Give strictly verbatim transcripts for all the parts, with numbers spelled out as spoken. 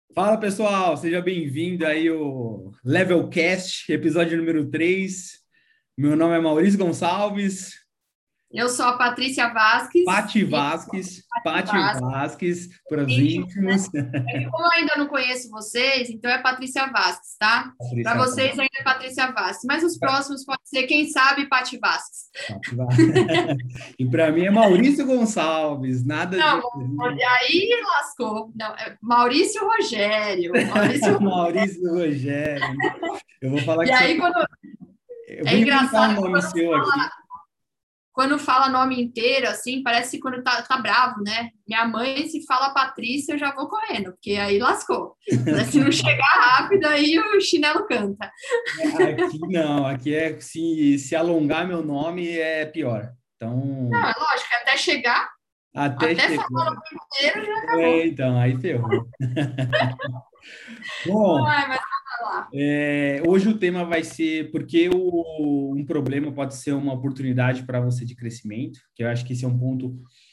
Fala pessoal, seja bem-vindo aí ao Levelcast, episódio número três. Meu nome é Maurício Gonçalves, Eu sou a Patrícia Vasques Pati e Vasques, Pati Vasques, Vasques, para os gente, íntimos. é que como eu ainda não conheço vocês, então é Patrícia Vasques, tá? Para Patrícia vocês ainda é Patrícia Vasques, mas os próximos pode ser, quem sabe, Pati Vasques. Pati Vasques. E para mim é Maurício Gonçalves, nada de Não, aí lascou. Não, é Maurício Rogério, Maurício. Maurício Rogério. Eu vou falar E que você... aí quando Eu vou é inventar um engraçado que nome quando seu aqui. quando fala nome inteiro, assim, parece quando tá, tá bravo, né? Minha mãe, se fala Patrícia, eu já vou correndo, porque aí lascou. Se não chegar rápido, aí o chinelo canta. Aqui não, aqui é se, se alongar meu nome é pior. Não, Então, é lógico, até chegar, até até falar o chegar. nome inteiro, já É, acabou. então, aí ferrou. Bom, Ai, mas vai lá. é, hoje o tema vai ser porque o, um problema pode ser uma oportunidade para você de crescimento, que eu acho que esse é um ponto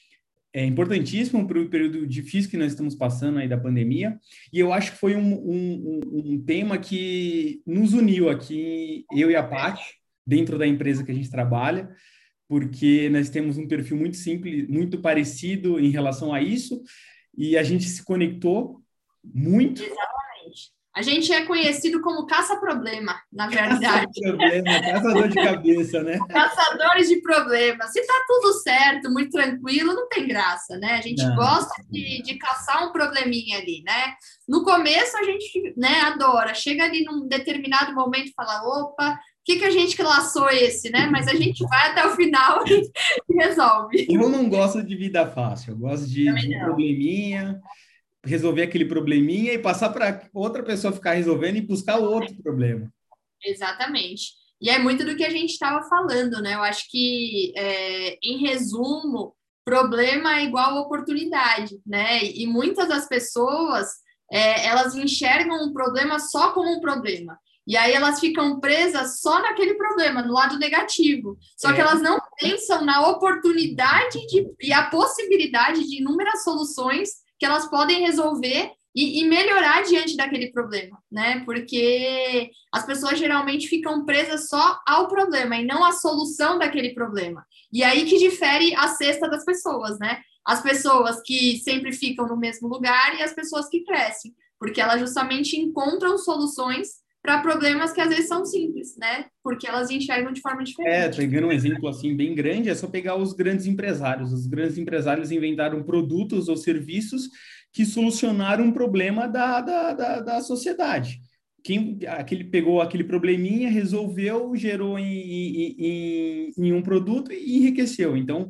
é, importantíssimo para o período difícil que nós estamos passando aí da pandemia. E eu acho que foi um, um, um um tema que nos uniu aqui, eu e a Paty, dentro da empresa que a gente trabalha, porque nós temos um perfil muito simples, muito parecido em relação a isso, e a gente se conectou muito. Exatamente. A gente é conhecido como caça-problema, na Caça verdade. problema, caçador de cabeça, né? Caçadores de problemas. Se tá tudo certo, muito tranquilo, não tem graça, né? A gente Não, gosta de, de caçar um probleminha ali, né? No começo a gente, né, adora. Chega ali num determinado momento e fala, opa, o que, que a gente que laçou esse, né? Mas a gente vai até o final e, e resolve. eu não gosto de vida fácil, eu gosto de, de um Não. probleminha, resolver aquele probleminha e passar para outra pessoa ficar resolvendo e buscar outro problema. Exatamente. E é muito do que a gente estava falando, né? Eu acho que, é, em resumo, problema é igual oportunidade, né? E muitas das pessoas, é, elas enxergam um problema só como um problema. E aí elas ficam presas só naquele problema, no lado negativo. Só que É, elas não pensam na oportunidade de, e a possibilidade de inúmeras soluções que elas podem resolver e, e melhorar diante daquele problema, né? Porque as pessoas geralmente ficam presas só ao problema e não à solução daquele problema. E aí que difere a cesta das pessoas, né? As pessoas que sempre ficam no mesmo lugar e as pessoas que crescem, porque elas justamente encontram soluções para problemas que às vezes são simples, né? Porque elas enxergam de forma é, diferente. pegando um exemplo assim bem grande, é só pegar os grandes empresários. Os grandes empresários inventaram produtos ou serviços que solucionaram um problema da, da, da, da sociedade. Quem aquele, pegou aquele probleminha, resolveu, gerou em, em, em, em um produto e enriqueceu. Então,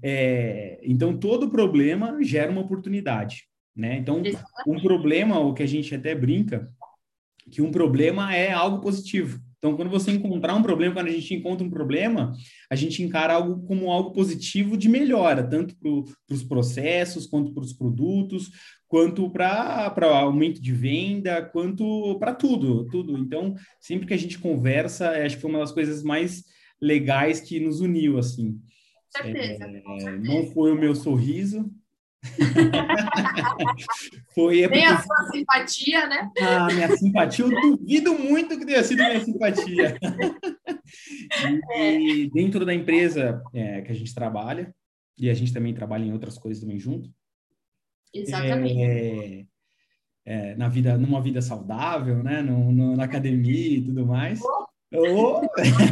é, então, todo problema gera uma oportunidade. Né? Então, um problema, o que a gente até brinca, que um problema é algo positivo. Então, quando você encontrar um problema, quando a gente encontra um problema, a gente encara algo como algo positivo de melhora, tanto para os processos, quanto para os produtos, quanto para aumento de venda, quanto para tudo, tudo. Então, sempre que a gente conversa, acho que foi uma das coisas mais legais que nos uniu, assim. Com certeza, com É, não certeza. foi o meu sorriso, foi é Nem porque a sua simpatia, né? a minha simpatia, eu duvido muito que tenha sido minha simpatia. E, e dentro da empresa é, que a gente trabalha, e a gente também trabalha em outras coisas também junto, Exatamente. é, é, na vida, numa vida saudável, né, no, no, na academia e tudo mais. Oh!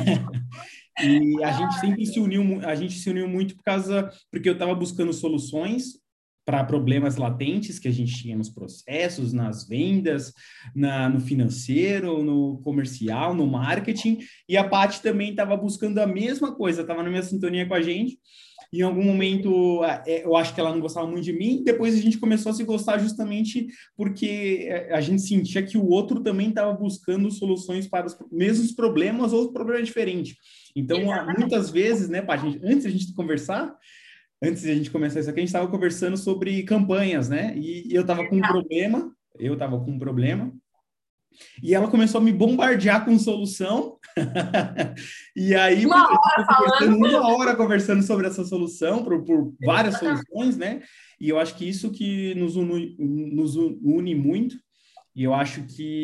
E a gente sempre se uniu, a gente se uniu muito por causa, porque eu estava buscando soluções para problemas latentes que a gente tinha nos processos, nas vendas, na, no financeiro, no comercial, no marketing, e a Paty também estava buscando a mesma coisa, estava na minha sintonia com a gente. Em algum momento, é, eu acho que ela não gostava muito de mim, depois a gente começou a se gostar justamente porque é, a gente sentia que o outro também estava buscando soluções para os mesmos problemas ou problemas diferentes. Então, Exatamente. muitas vezes, né, Paty, antes da gente conversar, antes de a gente começar isso aqui, a gente estava conversando sobre campanhas, né? E eu estava com um problema, eu estava com um problema, e ela começou a me bombardear com solução. E aí, Uma puta, a gente hora ficou conversando falando. uma hora conversando sobre essa solução, por, por várias Exatamente. soluções, né? E eu acho que isso que nos une, nos une muito. E eu acho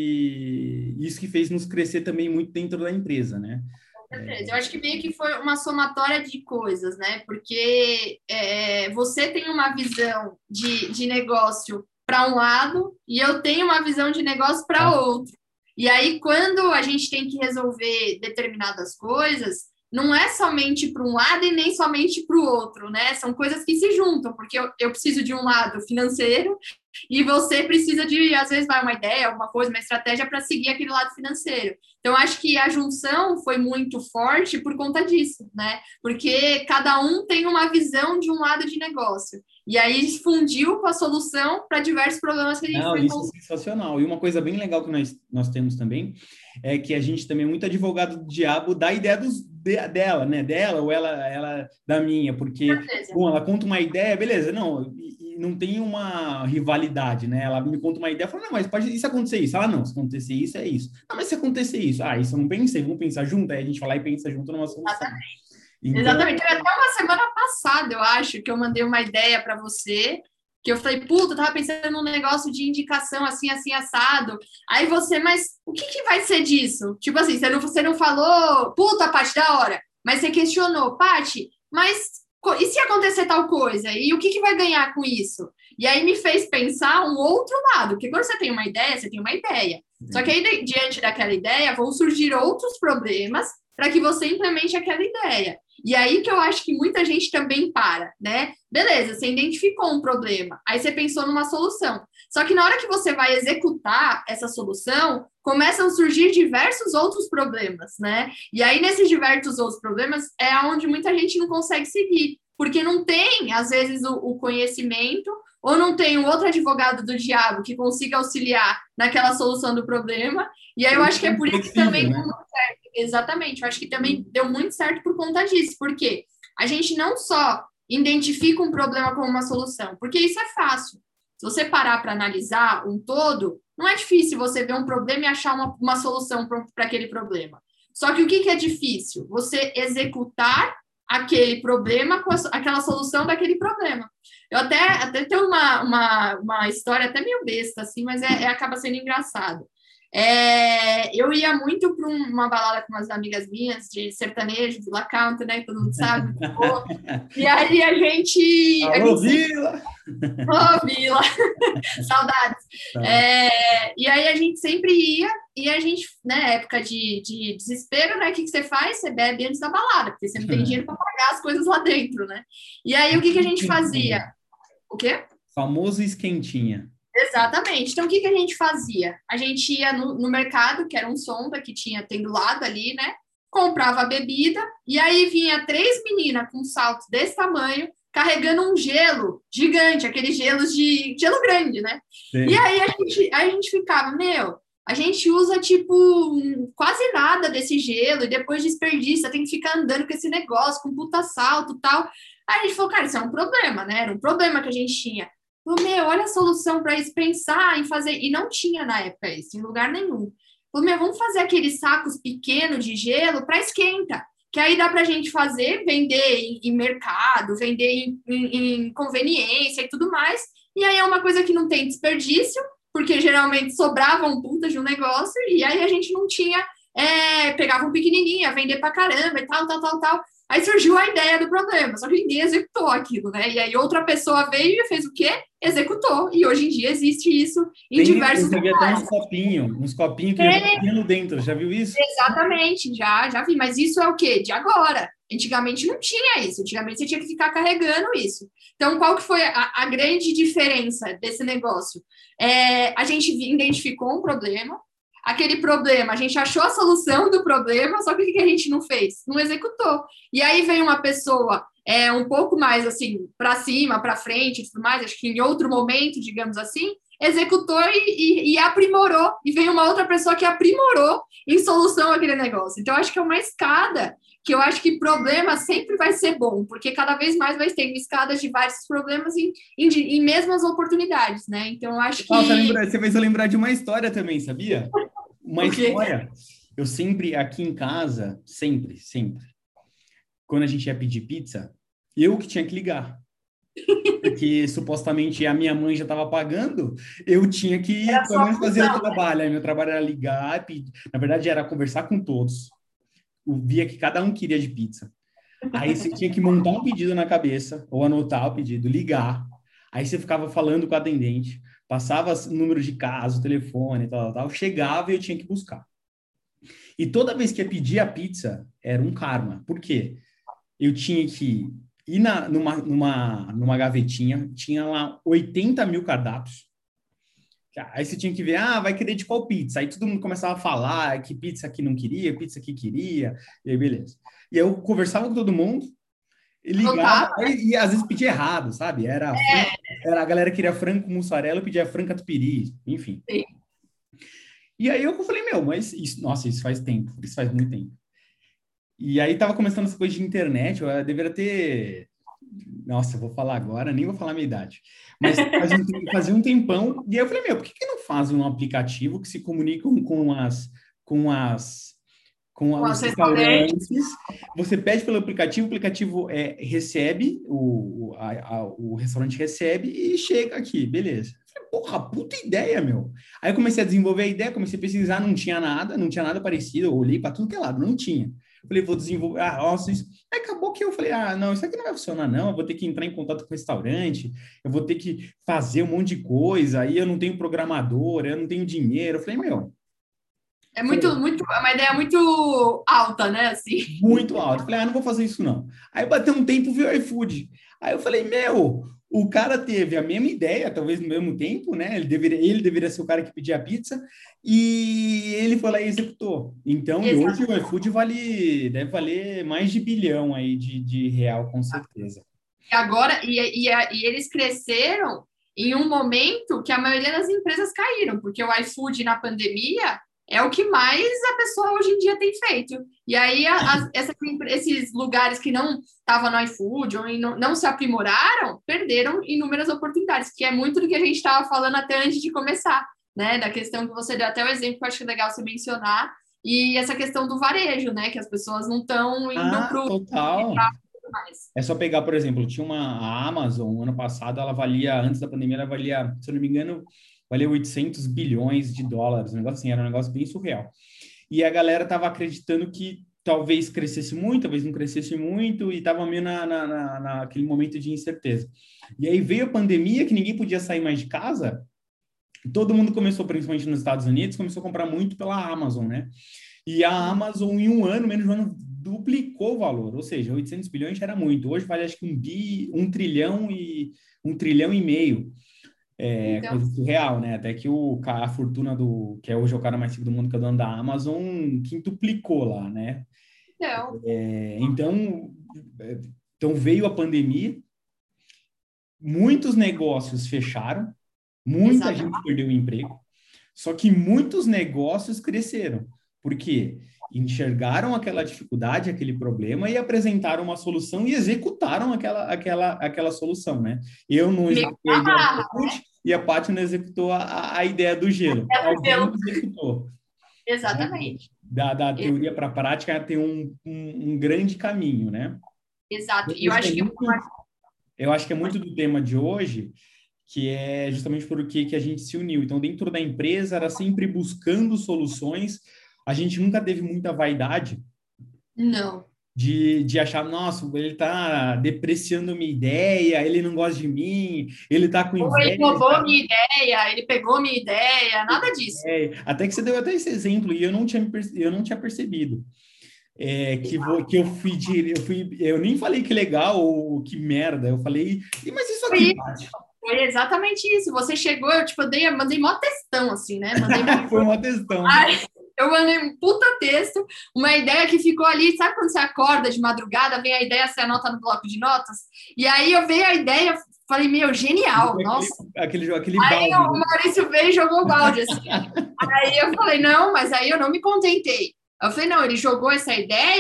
que isso que fez nos crescer também muito dentro da empresa, né? Com certeza. Eu acho que meio que foi uma somatória de coisas, né? Porque é, você tem uma visão de, de negócio para um lado e eu tenho uma visão de negócio para Ah, outro. E aí, quando a gente tem que resolver determinadas coisas, não é somente para um lado e nem somente para o outro, né? São coisas que se juntam, porque eu, eu preciso de um lado financeiro e você precisa de, às vezes, vai uma ideia, alguma coisa, uma estratégia para seguir aquele lado financeiro. Então, acho que a junção foi muito forte por conta disso, né? Porque cada um tem uma visão de um lado de negócio. E aí fundiu com a solução para diversos problemas que a gente não, foi isso é conseguindo. sensacional. E uma coisa bem legal que nós, nós temos também é que a gente também é muito advogado do diabo da ideia dos, de- dela, né? Dela ou ela, ela da minha, porque, bom, ela conta uma ideia, beleza, não, e, e não tem uma rivalidade, né? Ela me conta uma ideia, fala, não, mas pode isso acontecer isso? Ela, não, se acontecer isso, é isso. Ah, mas se acontecer isso? Ah, isso eu não pensei, vamos pensar junto? Aí a gente vai lá e pensa junto numa solução. Então, Exatamente. Teve até uma semana passada, eu acho, que eu mandei uma ideia para você, que eu falei, puta, eu tava pensando num negócio de indicação assim, assim, assado. Aí você, mas o que, que vai ser disso? Tipo assim, você não, você não falou, puta, Paty, da hora, mas você questionou, Paty, mas e se acontecer tal coisa? E o que, que vai ganhar com isso? E aí me fez pensar um outro lado, porque quando você tem uma ideia, você tem uma ideia. Só que aí, diante daquela ideia, vão surgir outros problemas para que você implemente aquela ideia. E aí que eu acho que muita gente também para, né? Beleza, você identificou um problema, aí você pensou numa solução. Só que na hora que você vai executar essa solução, começam a surgir diversos outros problemas, né? E aí, nesses diversos outros problemas, é onde muita gente não consegue seguir, porque não tem, às vezes, o, o conhecimento, ou não tem um outro advogado do diabo que consiga auxiliar naquela solução do problema. E aí eu acho que é por isso que flexível, também né? exatamente, eu acho que também deu muito certo por conta disso, porque a gente não só identifica um problema como uma solução, porque isso é fácil. Se você parar para analisar um todo, não é difícil você ver um problema e achar uma, uma solução para aquele problema. Só que o que, que é difícil? Você executar aquele problema com a, aquela solução daquele problema. Eu até, até tenho uma, uma, uma história até meio besta, assim, mas é, é acaba sendo engraçado. É, eu ia muito para uma balada com umas amigas minhas de sertanejo, de La Country, né? Todo mundo sabe. E aí a gente. A Alô, gente sempre. Vila! Ô, Vila! Saudades. Tá. É, e aí a gente sempre ia, e a gente, né, época de, de desespero, né? O que, que você faz? Você bebe antes da balada, porque você não tem dinheiro para pagar as coisas lá dentro, né? E aí o que, que a gente fazia? Esquentinha. O quê? Famoso esquentinha. Exatamente. Então, o que, que a gente fazia? A gente ia no, no mercado, que era um sonda que tinha, tem do lado ali, né? Comprava a bebida, e aí vinha três meninas com saltos desse tamanho, carregando um gelo gigante, aqueles gelos de gelo grande, né? E Sim. aí a gente, aí a gente ficava, meu, a gente usa, tipo, quase nada desse gelo, e depois desperdiça, tem que ficar andando com esse negócio, com puta salto e tal. Aí a gente falou, cara, isso é um problema, né? Era um problema que a gente tinha. Falou, meu, olha a solução para isso, pensar em fazer. E não tinha na época isso, em lugar nenhum. Falou, meu, vamos fazer aqueles sacos pequenos de gelo para esquenta. Que aí dá para a gente fazer, vender em, em mercado, vender em, em, em conveniência e tudo mais. E aí é uma coisa que não tem desperdício, porque geralmente sobrava um puta de um negócio, e aí a gente não tinha. É, pegava um pequenininho, ia vender para caramba e tal, tal, tal, tal. Aí surgiu a ideia do problema, só que ninguém executou aquilo, né? E aí outra pessoa veio e fez o quê? Executou. E hoje em dia existe isso em Tem, eu diversos já vi até uns lugares. copinhos, uns copinhos que já tem É, gelo dentro, já viu isso? exatamente, já, já vi. Mas isso é o quê? De agora. Antigamente não tinha isso. Antigamente você tinha que ficar carregando isso. Então, qual que foi a, a grande diferença desse negócio? É, a gente identificou um problema, aquele problema, a gente achou a solução do problema, só que o que a gente não fez? Não executou. E aí vem uma pessoa é, um pouco mais assim, para cima, para frente e tudo mais, acho que em outro momento, digamos assim, executou e, e, e aprimorou, e veio uma outra pessoa que aprimorou em solução aquele negócio. Então, acho que é uma escada que eu acho que problema sempre vai ser bom, porque cada vez mais vai ter escadas de vários problemas em, em, em mesmas oportunidades, né? Então, eu acho Ah, você, que... lembra, você fez eu lembrar de uma história também, sabia? Uma O quê? história. Eu sempre, aqui em casa, sempre, sempre, quando a gente ia pedir pizza, eu que tinha que ligar. porque supostamente a minha mãe já estava pagando, eu tinha que Era pelo só menos fazer o função. trabalho. Aí meu trabalho era ligar, pedir. Na verdade era conversar com todos. Eu via que cada um queria de pizza. Aí você tinha que montar um pedido na cabeça, ou anotar o pedido, ligar. Aí você ficava falando com o atendente, passava o número de casa, o telefone, tal, tal, tal, chegava e eu tinha que buscar. E toda vez que ia pedir a pizza, era um karma. Por quê? Eu tinha que ir na, numa, numa, numa gavetinha, tinha lá oitenta mil cardápios. Aí você tinha que ver, ah, vai querer de qual pizza? Aí todo mundo começava a falar que pizza que não queria, pizza que queria, e aí beleza. E eu conversava com todo mundo, e ligava, Anotava. aí, e às vezes pedia errado, sabe? Era, fran... era a galera queria frango com mussarela, eu pedia frango catupiry, enfim. Sim. E aí eu falei, meu, mas isso, nossa, isso faz tempo, isso faz muito tempo. E aí tava começando essa coisa de internet, eu deveria ter. Nossa, eu vou falar agora, nem vou falar a minha idade. Mas fazia um, tem- fazia um tempão, e aí eu falei, meu, por que que não fazem um aplicativo que se comunicam com as, com as, com Com os as restaurantes. restaurantes? Você pede pelo aplicativo, o aplicativo é, recebe, o, o, a, a, o restaurante recebe e chega aqui, beleza. Eu falei, porra, puta ideia, meu. Aí eu comecei a desenvolver a ideia, comecei a pesquisar, não tinha nada, não tinha nada parecido, eu olhei para tudo que é lado, não tinha. Eu falei, vou desenvolver, ah, nossa, isso. Aí acabou que eu falei, ah, não, isso aqui não vai funcionar, não. Eu vou ter que entrar em contato com o restaurante, eu vou ter que fazer um monte de coisa, aí eu não tenho programador, eu não tenho dinheiro. Eu falei, meu, É muito, falei, muito, é uma ideia muito alta, né? Assim. muito alto. Eu falei, ah, não vou fazer isso, não. Aí bateu um tempo, viu o iFood. Aí eu falei, meu, o cara teve a mesma ideia, talvez no mesmo tempo, né? Ele deveria, ele deveria ser o cara que pedia a pizza, e ele foi lá e executou. Então, e hoje o Exato. iFood vale, deve valer mais de bilhão aí de, de real, com certeza. E agora, e, e, e eles cresceram em um momento que a maioria das empresas caíram, porque o iFood na pandemia é o que mais a pessoa hoje em dia tem feito. E aí, as, essas, esses lugares que não estavam no iFood ou não, não se aprimoraram, perderam inúmeras oportunidades, que é muito do que a gente estava falando até antes de começar, né? Da questão que você deu até o exemplo, que eu acho legal você mencionar, e essa questão do varejo, né? Que as pessoas não estão indo Ah, para o total. mais. É só pegar, por exemplo, tinha uma a Amazon, ano passado, ela valia, antes da pandemia, ela valia, se eu não me engano, valia oitocentos bilhões de dólares, um negócio assim, era um negócio bem surreal. E a galera tava acreditando que talvez crescesse muito, talvez não crescesse muito, e tava meio na, na, na, naquele momento de incerteza. E aí veio a pandemia, que ninguém podia sair mais de casa, todo mundo começou, principalmente nos Estados Unidos, começou a comprar muito pela Amazon, né? E a Amazon, em um ano, menos de um ano, duplicou o valor. Ou seja, oitocentos bilhões já era muito. Hoje vale, acho que um bi, um trilhão e um trilhão e meio. É Então, coisa surreal, né? Até que o, a fortuna do, que é hoje o cara mais rico do mundo, que é o dono da Amazon, quintuplicou lá, né? então, É, então, é, então veio a pandemia, muitos negócios fecharam, muita gente exatamente. perdeu o emprego. Só que muitos negócios cresceram, porque enxergaram aquela dificuldade, aquele problema e apresentaram uma solução e executaram aquela, aquela, aquela solução, né? Eu não Meio executei a ideia do iFood e a Paty não executou a, a ideia do gelo. do Alguém gelo. executou, né? Exatamente. Da, da Ex- teoria para a prática tem um, um, um grande caminho, né? Exato. Eu E eu acho que é acho que muito, eu acho que é muito do tema de hoje, que é justamente por o que que a gente se uniu. Então, dentro da empresa, era sempre buscando soluções. A gente nunca teve muita vaidade não. de, de achar, nossa, ele está depreciando minha ideia, ele não gosta de mim, ele está com Ou ele inveja. roubou minha ideia, ele pegou minha ideia, nada disso. É, até que você deu até esse exemplo e eu não tinha, perce- eu não tinha percebido. É, que, vou, que eu fui, de, eu fui, eu nem falei que legal ou que merda, eu falei, "Ih, mas isso Foi aqui, isso, Paty?" foi exatamente isso. Você chegou, eu tipo, eu dei, mandei mó textão, assim, né? Mandei Foi uma questão. Ai, eu mandei um puta texto, uma ideia que ficou ali, sabe quando você acorda de madrugada, vem a ideia, você anota no bloco de notas? E aí eu veio a ideia, falei, meu, genial, Aquele, nossa. aquele, aquele Aí balde, o né? Maurício veio e jogou o balde, assim. Aí eu falei, não, mas aí eu não me contentei. Eu falei, não, ele jogou essa ideia,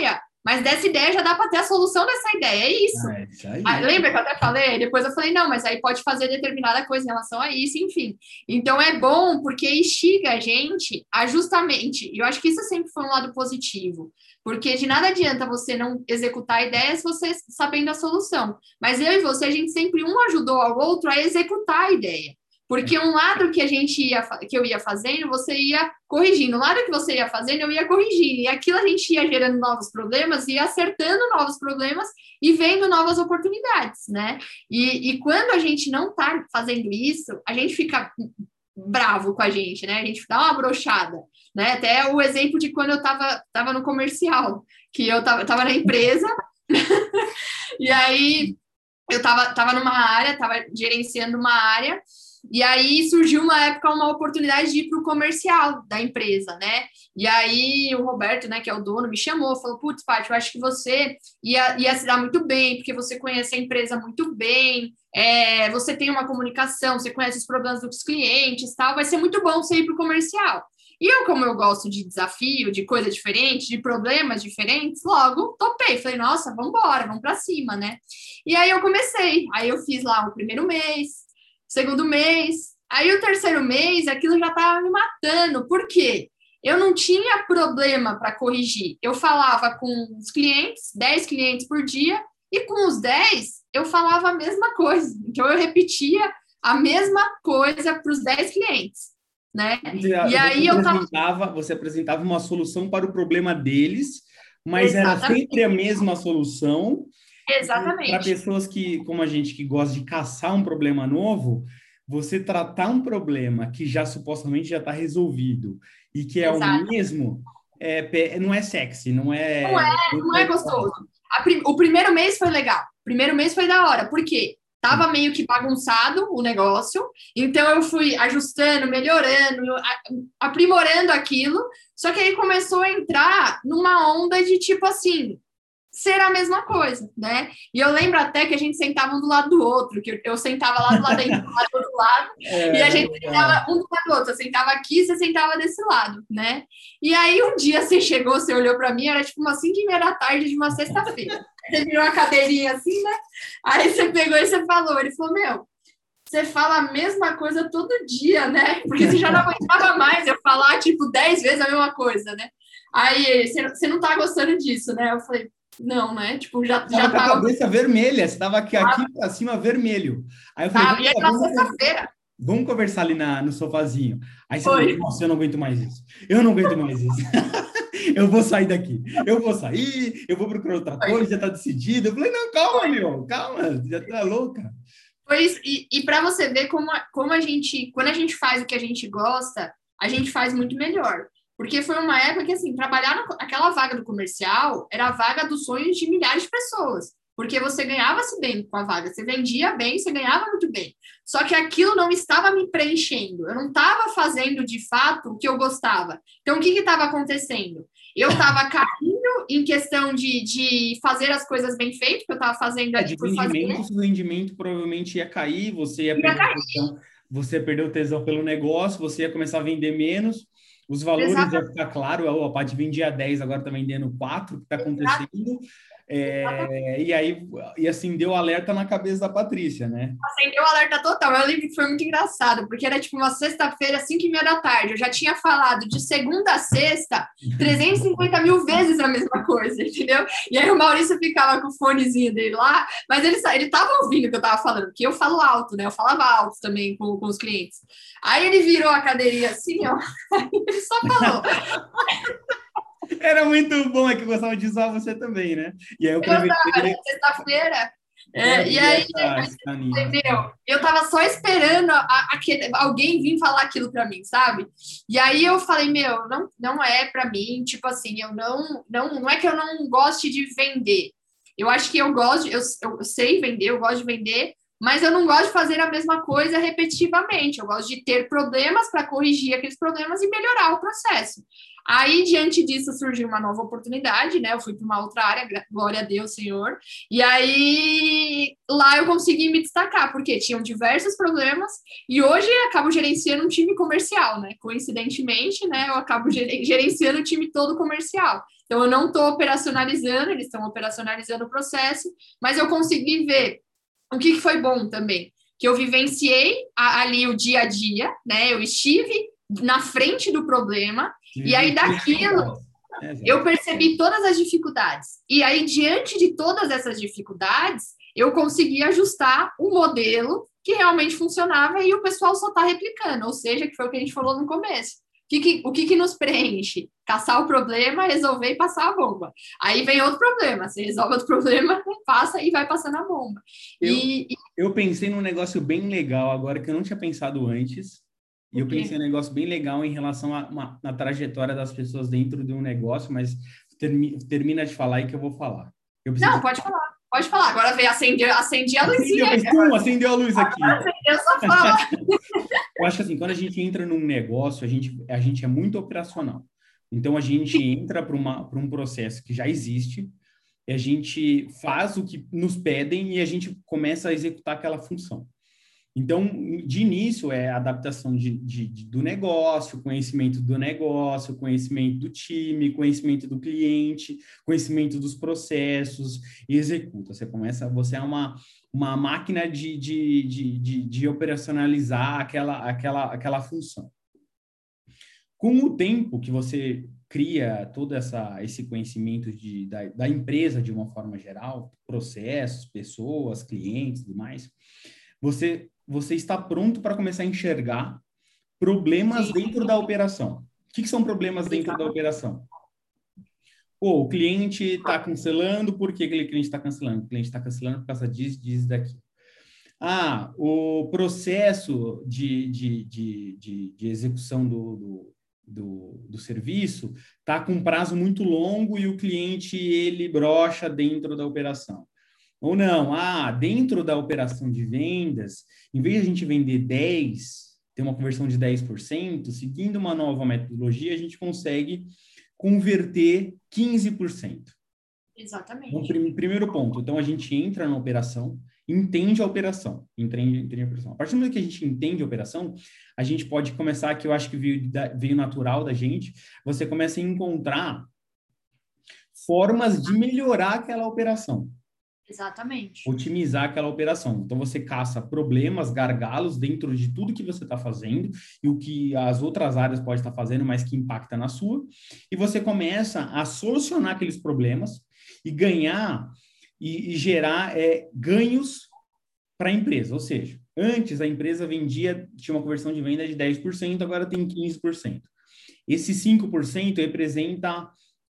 Mas dessa ideia já dá para ter a solução dessa ideia, é isso. Ah, é isso aí. Ah, lembra que eu até falei? Depois eu falei, não, mas aí pode fazer determinada coisa em relação a isso, enfim. Então é bom porque instiga a gente a justamente, e eu acho que isso sempre foi um lado positivo, porque de nada adianta você não executar ideias você sabendo a solução. Mas eu e você, a gente sempre um ajudou ao outro a executar a ideia. Porque um lado que a gente ia, que eu ia fazendo, você ia corrigindo. O lado que você ia fazendo, eu ia corrigindo. E aquilo a gente ia gerando novos problemas, ia acertando novos problemas e vendo novas oportunidades, né? E, e quando a gente não está fazendo isso, a gente fica bravo com a gente, né? A gente dá uma brochada, né? Até o exemplo de quando eu estava tava no comercial, que eu estava tava na empresa, e aí eu estava tava numa área, estava gerenciando uma área, e aí surgiu uma época uma oportunidade de ir para o comercial da empresa, né? E aí o Roberto, né, que é o dono, me chamou, falou, putz, Paty, eu acho que você ia, ia se dar muito bem, porque você conhece a empresa muito bem, é, você tem uma comunicação, você conhece os problemas dos clientes, tal, vai ser muito bom você ir para o comercial. E eu, como eu gosto de desafio, de coisa diferente, de problemas diferentes, logo topei. Falei, nossa, vamos embora, vamos para cima, né? E aí eu comecei. Aí eu fiz lá o primeiro mês, segundo mês. Aí o terceiro mês, aquilo já estava me matando. Por quê? Eu não tinha problema para corrigir. Eu falava com os clientes, dez clientes por dia, e com os dez eu falava a mesma coisa. Então eu repetia a mesma coisa para os dez clientes. Né? Você, e aí você eu apresentava, tava... você apresentava uma solução para o problema deles, mas Exatamente. era sempre a mesma solução. Exatamente. Para pessoas que, como a gente, que gosta de caçar um problema novo, você tratar um problema que já supostamente já está resolvido e que é Exato. O mesmo, é, não é sexy, não é... Não é, não é gostoso. Prim... O primeiro mês foi legal. O primeiro mês foi da hora. Por quê? Tava meio que bagunçado o negócio, então eu fui ajustando, melhorando, aprimorando aquilo, só que aí começou a entrar numa onda de tipo assim, ser a mesma coisa, né? E eu lembro até que a gente sentava um do lado do outro, que eu sentava lá do lado dentro, do lado do outro lado, é, e a gente é. sentava um do lado do outro, eu sentava aqui, você sentava desse lado, né? E aí um dia você chegou, você olhou para mim, era tipo umas cinco e meia da tarde de uma sexta-feira. Você virou a cadeirinha assim, né? Aí você pegou e você falou, ele falou, meu, você fala a mesma coisa todo dia, né? Porque você já não aguentava mais eu falar, tipo, dez vezes a mesma coisa, né? Aí, você não tá gostando disso, né? Eu falei, não, né? Tipo, já, já tava... com a cabeça vermelha, você tava aqui, aqui pra cima vermelho. Aí eu falei, ah, e era na sexta-feira. Vamos conversar ali na, no sofazinho. Aí você falou, nossa, eu não aguento mais isso. Eu não aguento mais isso. Eu vou sair daqui. Eu vou sair, eu vou procurar outra coisa, já tá decidido. Eu falei, não, calma, Foi. meu, calma, já tá louca. Pois, e, e para você ver como, como a gente, quando a gente faz o que a gente gosta, a gente faz muito melhor. Porque foi uma época que, assim, trabalhar naquela vaga do comercial era a vaga dos sonhos de milhares de pessoas. Porque você ganhava-se bem com a vaga, você vendia bem, você ganhava muito bem. Só que aquilo não estava me preenchendo, eu não estava fazendo de fato o que eu gostava. Então, o que estava acontecendo? Eu estava caindo em questão de, de fazer as coisas bem feitas, que eu estava fazendo ali é, por fazer. O rendimento provavelmente ia cair, você ia, ia perder o tesão, você ia perder o tesão pelo negócio, você ia começar a vender menos, os valores Exatamente. Iam ficar claro, a Paty vendia dez, agora está vendendo quatro, o que está acontecendo? É, e aí, e assim, deu alerta na cabeça da Patrícia, né? Acendeu o alerta total. Eu lembro que foi muito engraçado, porque era tipo uma sexta-feira, cinco e meia da tarde. Eu já tinha falado de segunda a sexta, trezentas e cinquenta mil vezes a mesma coisa, entendeu? E aí o Maurício ficava com o fonezinho dele lá, mas ele, ele tava ouvindo o que eu tava falando, porque eu falo alto, né? Eu falava alto também com, com os clientes. Aí ele virou a cadeirinha assim, ó, aí ele só falou. Era muito bom, é que eu gostava de usar você também, né? E aí eu aproveitei... Sexta-feira. É, e aí, essa, entendeu? Eu tava só esperando a, a, aquele, alguém vir falar aquilo para mim, sabe? E aí eu falei, meu, não, não é para mim, tipo assim, eu não, não, não é que eu não goste de vender. Eu acho que eu gosto, eu, eu sei vender, eu gosto de vender, mas eu não gosto de fazer a mesma coisa repetitivamente. Eu gosto de ter problemas para corrigir aqueles problemas e melhorar o processo. Aí, diante disso, surgiu uma nova oportunidade, né? Eu fui para uma outra área, glória a Deus, Senhor. E aí, lá eu consegui me destacar, porque tinham diversos problemas, e hoje eu acabo gerenciando um time comercial, né? Coincidentemente, né? Eu acabo gerenciando o time todo comercial. Então, eu não estou operacionalizando, eles estão operacionalizando o processo, mas eu consegui ver o que foi bom também, que eu vivenciei ali o dia a dia, né? Eu estive na frente do problema, e aí daquilo eu percebi todas as dificuldades. E aí, diante de todas essas dificuldades, eu consegui ajustar um modelo que realmente funcionava e o pessoal só está replicando, ou seja, que foi o que a gente falou no começo. O que, que, o que, que nos preenche? Caçar o problema, resolver e passar a bomba. Aí vem outro problema. Você resolve outro problema, passa e vai passando a bomba. Eu, e, eu pensei num negócio bem legal agora que eu não tinha pensado antes. E eu pensei num negócio bem legal em relação a uma, na trajetória das pessoas dentro de um negócio, mas termi, termina de falar aí que eu vou falar. Eu não, pode falar. Pode falar. Agora veio acender, acendi a luzinha. Acendeu, pum, acendeu a luz aqui. Acendeu sua fala. Eu acho que assim, quando a gente entra num negócio, a gente, a gente é muito operacional. Então, a gente entra para um processo que já existe, a gente faz o que nos pedem e a gente começa a executar aquela função. Então, de início, é a adaptação de, de, de, do negócio, conhecimento do negócio, conhecimento do time, conhecimento do cliente, conhecimento dos processos, e executa. Você começa, você é uma, uma máquina de, de, de, de, de operacionalizar aquela, aquela, aquela função. Com o tempo que você cria todo essa, esse conhecimento de, da, da empresa de uma forma geral, processos, pessoas, clientes e tudo mais, você você está pronto para começar a enxergar problemas Sim. dentro da operação. O que, que são problemas dentro da operação? Pô, o cliente está cancelando, por que aquele cliente está cancelando? O cliente está cancelando por causa disso, disso, daqui. Ah, o processo de, de, de, de, de execução do, do, do, do serviço está com um prazo muito longo e o cliente, ele brocha dentro da operação. Ou não, ah, dentro da operação de vendas, em vez de a gente vender dez, ter uma conversão de dez por cento, seguindo uma nova metodologia, a gente consegue converter quinze por cento. Exatamente. Então, prim, primeiro ponto, então a gente entra na operação, entende a operação, entende, entende a operação. A partir do momento que a gente entende a operação, a gente pode começar, que eu acho que veio, veio natural da gente, você começa a encontrar formas de melhorar aquela operação. Exatamente. Otimizar aquela operação. Então, você caça problemas, gargalos dentro de tudo que você está fazendo e o que as outras áreas podem estar fazendo, mas que impacta na sua. E você começa a solucionar aqueles problemas e ganhar e, e gerar é, ganhos para a empresa. Ou seja, antes a empresa vendia, tinha uma conversão de venda de dez por cento, agora tem quinze por cento. Esse cinco por cento representa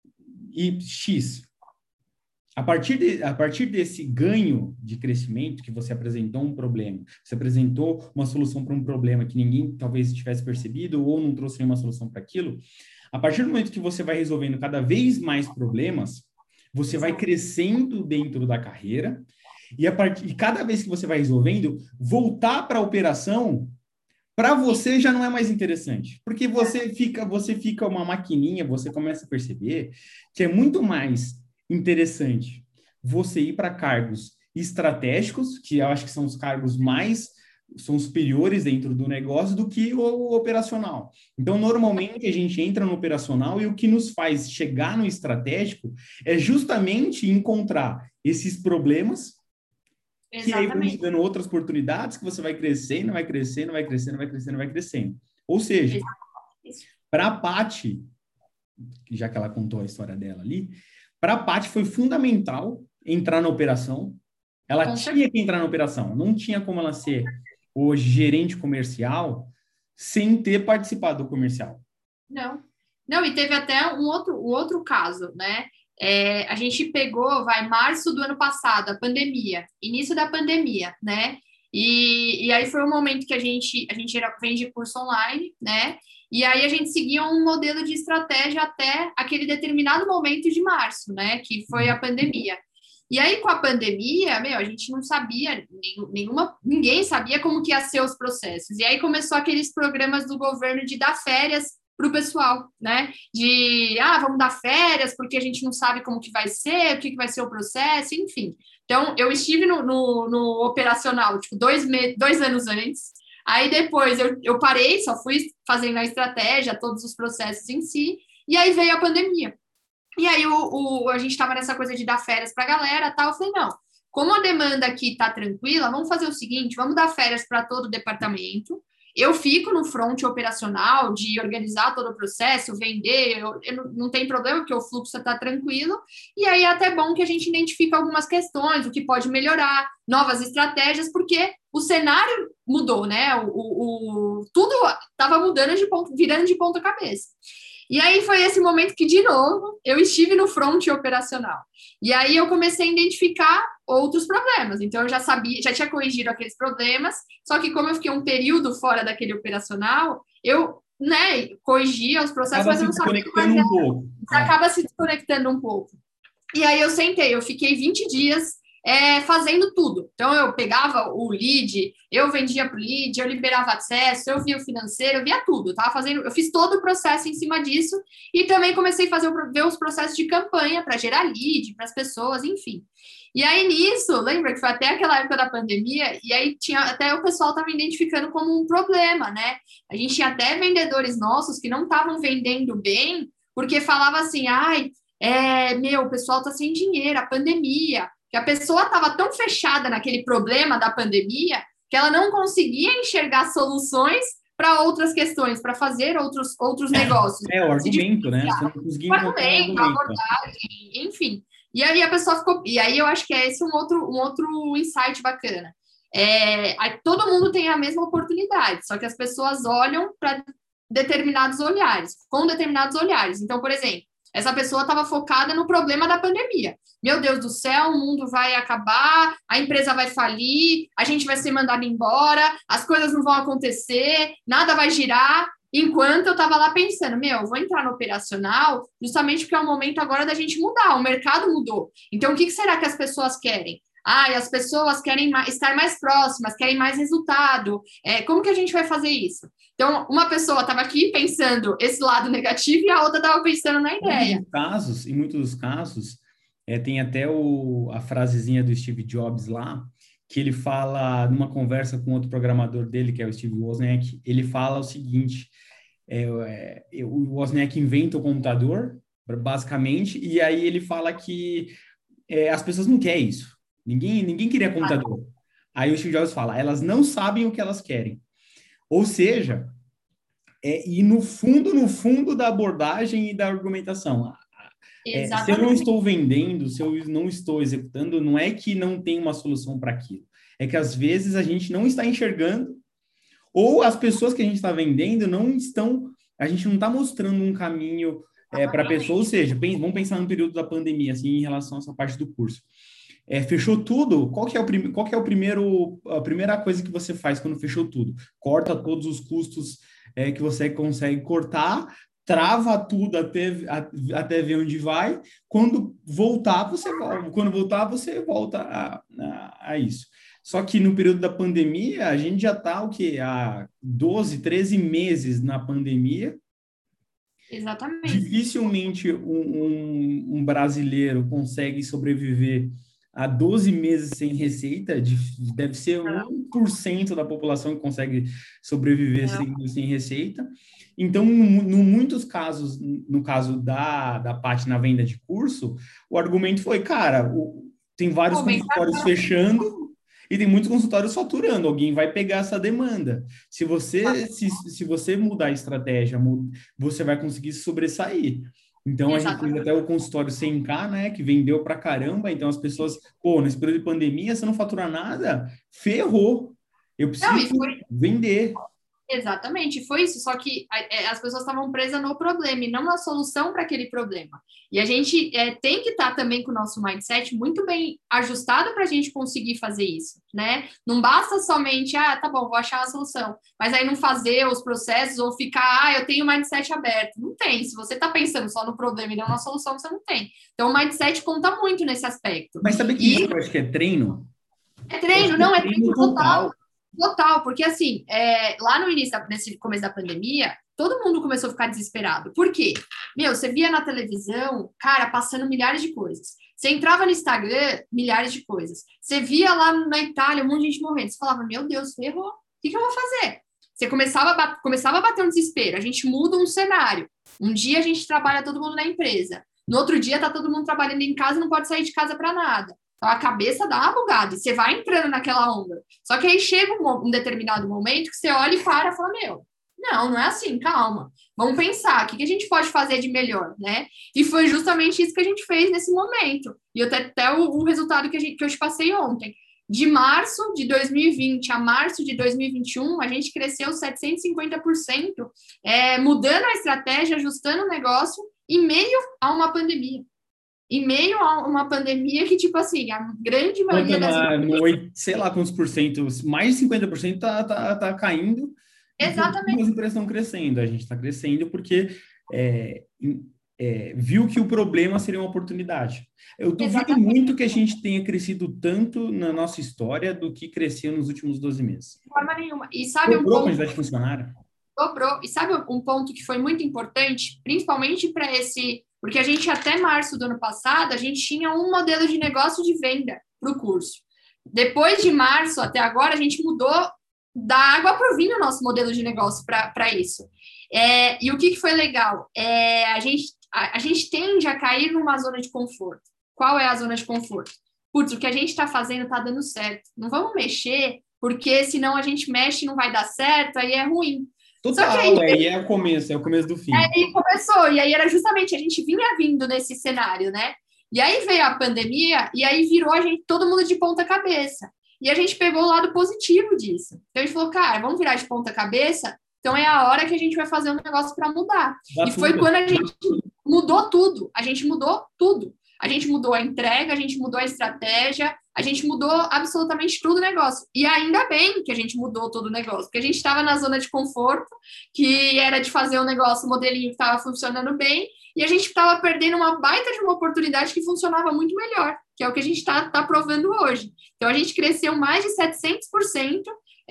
X. A partir, de, a partir desse ganho de crescimento que você apresentou um problema, você apresentou uma solução para um problema que ninguém talvez tivesse percebido ou não trouxe nenhuma solução para aquilo, a partir do momento que você vai resolvendo cada vez mais problemas, você vai crescendo dentro da carreira e, a part... e cada vez que você vai resolvendo, voltar para a operação, para você já não é mais interessante, porque você fica, você fica uma maquininha, você começa a perceber que é muito mais interessante você ir para cargos estratégicos, que eu acho que são os cargos mais, são superiores dentro do negócio, do que o operacional. Então, normalmente, a gente entra no operacional e o que nos faz chegar no estratégico é justamente encontrar esses problemas, Exatamente. Que aí vão te dando outras oportunidades, que você vai crescendo, vai crescendo, vai crescendo, vai crescendo, vai crescendo. Ou seja, para a Paty, já que ela contou a história dela ali, para a Paty foi fundamental entrar na operação. Ela Com tinha certeza. que entrar na operação. Não tinha como ela ser hoje gerente comercial sem ter participado do comercial. Não. Não, e teve até um outro, um outro caso, né? É, a gente pegou, vai, março do ano passado, a pandemia, início da pandemia, né? E, e aí foi um momento que a gente, a gente era, vende curso online, né? E aí a gente seguia um modelo de estratégia até aquele determinado momento de março, né? Que foi a pandemia. E aí, com a pandemia, meu, a gente não sabia, nenhuma, ninguém sabia como que ia ser os processos. E aí começou aqueles programas do governo de dar férias para o pessoal, né? De, ah, vamos dar férias porque a gente não sabe como que vai ser, o que, que vai ser o processo, enfim. Então, eu estive no, no, no operacional, tipo, dois, me dois anos antes. Aí, depois, eu, eu parei, só fui fazendo a estratégia, todos os processos em si. E aí, veio a pandemia. E aí, o, o, a gente estava nessa coisa de dar férias para a galera e tal. Eu falei, não, como a demanda aqui está tranquila, vamos fazer o seguinte, vamos dar férias para todo o departamento. Eu fico no front operacional de organizar todo o processo, vender, eu, eu não, não tem problema, porque o fluxo está tranquilo. E aí é até bom que a gente identifique algumas questões, o que pode melhorar, novas estratégias, porque o cenário mudou, né? O, o, o tudo estava mudando de ponto, virando de ponta cabeça. E aí foi esse momento que, de novo, eu estive no front operacional. E aí eu comecei a identificar outros problemas. Então, eu já sabia, já tinha corrigido aqueles problemas, só que como eu fiquei um período fora daquele operacional, eu, né, corrigia os processos, Acaba mas se eu não sabia desconectando mais. um pouco. Você acaba se desconectando um pouco. E aí eu sentei, eu fiquei vinte dias é, fazendo tudo. Então, eu pegava o lead, eu vendia para o lead, eu liberava acesso, eu via o financeiro, eu via tudo. Eu, tava fazendo, eu fiz todo o processo em cima disso e também comecei a fazer, ver os processos de campanha para gerar lead, para as pessoas, enfim. E aí, nisso, lembra que foi até aquela época da pandemia, e aí tinha até o pessoal estava identificando como um problema, né? A gente tinha até vendedores nossos que não estavam vendendo bem, porque falava assim, ai, é, meu, o pessoal está sem dinheiro, a pandemia, que a pessoa estava tão fechada naquele problema da pandemia que ela não conseguia enxergar soluções para outras questões, para fazer outros, outros negócios. É, o argumento, né? Você não conseguia O encontrar um argumento, a argumento. abordagem, enfim. E aí a pessoa ficou... E aí eu acho que é esse um outro, um outro insight bacana. É, todo mundo tem a mesma oportunidade, só que as pessoas olham para determinados olhares, com determinados olhares. Então, por exemplo, essa pessoa estava focada no problema da pandemia. Meu Deus do céu, o mundo vai acabar, a empresa vai falir, a gente vai ser mandado embora, as coisas não vão acontecer, nada vai girar. Enquanto eu estava lá pensando, meu, vou entrar no operacional justamente porque é o momento agora da gente mudar, o mercado mudou. Então, o que será que as pessoas querem? Ah, as pessoas querem mais, estar mais próximas, querem mais resultado. É, como que a gente vai fazer isso? Então, uma pessoa estava aqui pensando esse lado negativo e a outra estava pensando na ideia. Em muitos casos, em muitos casos, é, tem até o, a frasezinha do Steve Jobs lá, que ele fala numa conversa com outro programador dele, que é o Steve Wozniak, ele fala o seguinte, é, é, o Wozniak inventa o computador, basicamente, e aí ele fala que é, as pessoas não querem isso. Ninguém, ninguém queria computador. Aí o Steve Jobs fala, elas não sabem o que elas querem. Ou seja, é, e no fundo, no fundo da abordagem e da argumentação. É, se eu não estou vendendo, se eu não estou executando, não é que não tem uma solução para aquilo. É que às vezes a gente não está enxergando, ou as pessoas que a gente está vendendo não estão, a gente não está mostrando um caminho é, para a pessoa. Ou seja, vamos pensar no período da pandemia, assim, em relação a essa parte do curso. É, fechou tudo, qual que é, o prim... qual que é o primeiro, a primeira coisa que você faz quando fechou tudo? Corta todos os custos é, que você consegue cortar, trava tudo até, até ver onde vai. Quando voltar, você volta. Quando voltar, você volta a, a, a isso. Só que no período da pandemia, a gente já está o quê? Há doze, treze meses na pandemia. Exatamente. Dificilmente um, um, um brasileiro consegue sobreviver há doze meses sem receita, deve ser um por cento da população que consegue sobreviver sem, sem receita. Então, em muitos casos, no caso da, da parte na venda de curso, o argumento foi, cara, o, tem vários Pô, consultórios tá fechando e tem muitos consultórios faturando, alguém vai pegar essa demanda. Se você, se, se você mudar a estratégia, você vai conseguir se sobressair. Então, Exatamente. A gente fez até o consultório cem K, né, que vendeu pra caramba. Então, as pessoas, pô, nesse período de pandemia, você não fatura nada, ferrou. Eu preciso não, foi... vender. Exatamente, foi isso. Só que é, as pessoas estavam presas no problema e não na solução para aquele problema. E a gente é, tem que estar também com o nosso mindset muito bem ajustado para a gente conseguir fazer isso, né? Não basta somente, ah, tá bom, vou achar a solução, mas aí não fazer os processos ou ficar, ah, eu tenho o mindset aberto. Não tem. Se você está pensando só no problema e não na solução, você não tem. Então, o mindset conta muito nesse aspecto. Mas sabe que isso E eu acho que é treino? é Eu acho treino, que é não, é treino treino total. total. Total, porque assim, é, lá no início, da- nesse começo da pandemia, todo mundo começou a ficar desesperado. Por quê? Meu, você via na televisão, cara, passando milhares de coisas. Você entrava no Instagram, milhares de coisas. Você via lá na Itália um monte de gente morrendo. Você falava, meu Deus, ferrou. O que, que eu vou fazer? Você começava a, bat- começava a bater um desespero. A gente muda um cenário. Um dia a gente trabalha todo mundo na empresa. No outro dia tá todo mundo trabalhando em casa e não pode sair de casa para nada. Então a cabeça dá uma bugada e você vai entrando naquela onda. Só que aí chega um, um determinado momento que você olha e para e fala, meu, não, não é assim, calma. Vamos pensar, o que, que a gente pode fazer de melhor, né? E foi justamente isso que a gente fez nesse momento. E até, até o, o resultado que, a gente, que eu te passei ontem. De março de dois mil e vinte a março de dois mil e vinte e um, a gente cresceu setecentos e cinquenta por cento, é, mudando a estratégia, ajustando o negócio, em meio a uma pandemia. Em meio a uma pandemia que, tipo assim, a grande maioria das Quanto empresas... no, oit- sei lá quantos por cento, mais de cinquenta por cento tá, tá, tá caindo, e por que Exatamente, as empresas estão crescendo? A gente está crescendo porque é, em- é, viu que o problema seria uma oportunidade. Eu duvido exatamente, muito que a gente tenha crescido tanto na nossa história do que cresceu nos últimos doze meses. de forma nenhuma. E sabe um Dobrou a ponto, quantidade de funcionário? dobrou, e sabe um ponto que foi muito importante, principalmente para esse, porque a gente até março do ano passado, a gente tinha um modelo de negócio de venda para o curso. Depois de março até agora, a gente mudou da água para o vinho o nosso modelo de negócio para isso. É, e o que, que foi legal? É, a, gente, a, a gente tende a cair numa zona de conforto. Qual é a zona de conforto? Putz, o que a gente está fazendo está dando certo. Não vamos mexer, porque senão a gente mexe e não vai dar certo, aí é ruim. Só que aí Total, é, e é o começo, é o começo do fim. aí começou, e aí era justamente, a gente vinha vindo nesse cenário, né? E aí veio a pandemia, e aí virou a gente, todo mundo de ponta cabeça. E a gente pegou o lado positivo disso. Então a gente falou, cara, vamos virar de ponta cabeça, então é a hora que a gente vai fazer um negócio para mudar. Dá E foi tudo. quando a gente mudou tudo, a gente mudou tudo. A gente mudou a entrega, a gente mudou a estratégia, a gente mudou absolutamente tudo o negócio. E ainda bem que a gente mudou todo o negócio, porque a gente estava na zona de conforto, que era de fazer um negócio, um modelinho que estava funcionando bem, e a gente estava perdendo uma baita de uma oportunidade que funcionava muito melhor, que é o que a gente está tá provando hoje. Então, a gente cresceu mais de setecentos por cento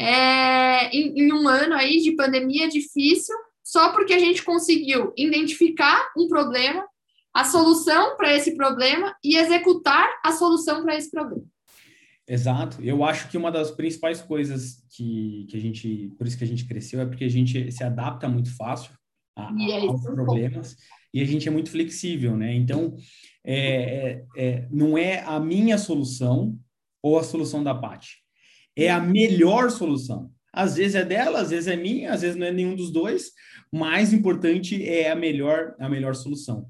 é, em, em um ano aí de pandemia difícil, só porque a gente conseguiu identificar um problema, a solução para esse problema e executar a solução para esse problema. Exato. Eu acho que uma das principais coisas que, que a gente, por isso que a gente cresceu, é porque a gente se adapta muito fácil a, E a, é aos isso. problemas e a gente é muito flexível, né? Então, é, é, é, não é a minha solução ou a solução da Paty. É a melhor solução. Às vezes é dela, às vezes é minha, às vezes não é nenhum dos dois. O mais importante é a melhor, a melhor solução.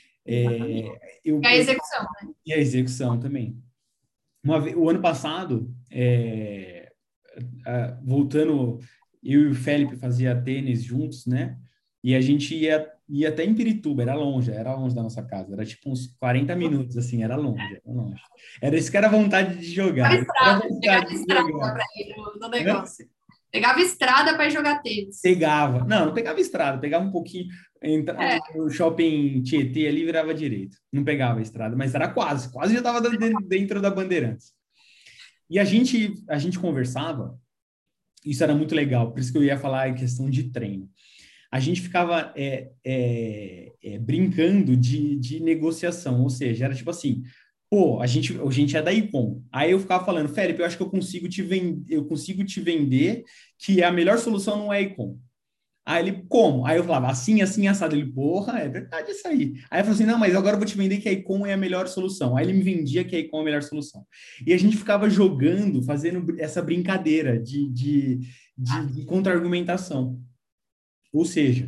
É, eu, E a eu, execução. e a execução também. Uma vez, o ano passado, é, a, voltando, eu e o Felipe fazia tênis juntos, né? E a gente ia, ia até em Pirituba, era longe, era longe da nossa casa, era tipo uns quarenta minutos, assim, era longe, era longe. Era isso que era vontade de Pegava jogar, isso que era estrada, vontade pegava de estrada jogar. para ir no, no Hã? negócio. Pegava estrada para jogar tênis. Pegava, não, não pegava estrada, pegava um pouquinho, entra, É, o shopping Tietê ali virava direito, não pegava a estrada, mas era quase, quase já estava dentro da Bandeirantes. E a gente, a gente conversava, isso era muito legal, por isso que eu ia falar em questão de treino. A gente ficava é, é, é, brincando de, de negociação, ou seja, era tipo assim, pô, a gente, a gente é da Icom. Aí eu ficava falando, Felipe, eu acho que eu consigo te vender, eu consigo te vender que a melhor solução não é a Icom. Aí ele, como? Aí eu falava, assim, assim, assado. Ele, porra, é verdade isso aí. Aí eu falei assim, não, mas agora eu vou te vender que a Icom é a melhor solução. Aí ele me vendia que a Icom é a melhor solução. E a gente ficava jogando, fazendo essa brincadeira de, de, de, de contra-argumentação. Ou seja,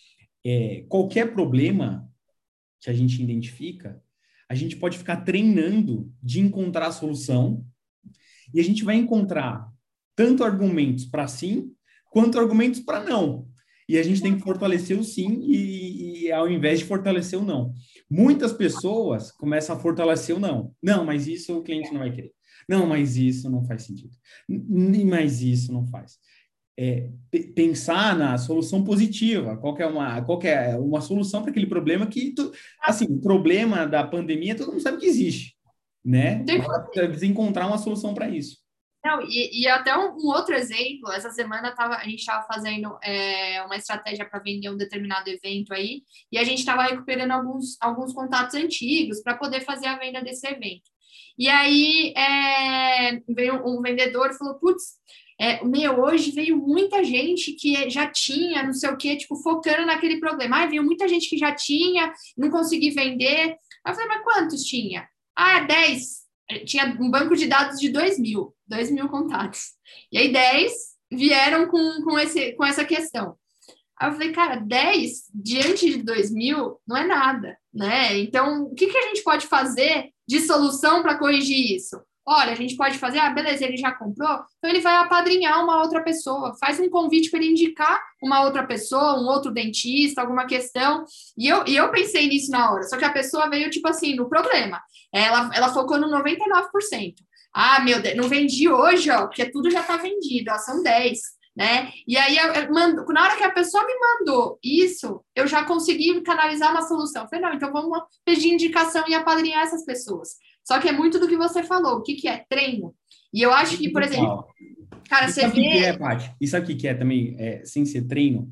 é, qualquer problema que a gente identifica, a gente pode ficar treinando de encontrar a solução e a gente vai encontrar tanto argumentos para sim, quanto argumentos para não. E a gente tem que fortalecer o sim e, e ao invés de fortalecer o não. Muitas pessoas começam a fortalecer o não. Não, mas isso o cliente não vai querer. Não, mas isso não faz sentido. Nem mais isso não faz. É, pensar na solução positiva, qual que é uma, qual que é uma solução para aquele problema que, tu, assim, o problema da pandemia todo mundo sabe que existe, né? Mas precisa encontrar uma solução para isso. Não, e, e até um, um outro exemplo, essa semana tava, a gente estava fazendo é, uma estratégia para vender um determinado evento aí, e a gente estava recuperando alguns, alguns contatos antigos para poder fazer a venda desse evento. E aí é, veio um vendedor e falou, putz, é, meu, hoje veio muita gente que já tinha, não sei o quê, tipo, focando naquele problema. Ah, veio muita gente que já tinha, não consegui vender. Aí eu falei, mas quantos tinha? Ah, dez. Tinha um banco de dados de dois mil, dois mil contatos. E aí dez vieram com, com, esse, com essa questão. Aí eu falei, cara, dez diante de dois mil não é nada, né? Então, o que, que a gente pode fazer de solução para corrigir isso? Olha, a gente pode fazer, ah, beleza, ele já comprou, então ele vai apadrinhar uma outra pessoa, faz um convite para ele indicar uma outra pessoa, um outro dentista, alguma questão. E eu, e eu pensei nisso na hora, só que a pessoa veio, tipo assim, no problema. Ela, ela focou no noventa e nove por cento. Ah, meu Deus, não vendi hoje, ó, porque tudo já está vendido, ó, são dez. Né? E aí, eu, eu mando, na hora que a pessoa me mandou isso, eu já consegui canalizar uma solução. Eu falei, não, então vamos pedir indicação e apadrinhar essas pessoas. Só que é muito do que você falou. O que, que é? Treino. E eu acho que, por exemplo, cara, você vê... Que é, Paty? E sabe o que, que é também, é, sem ser treino?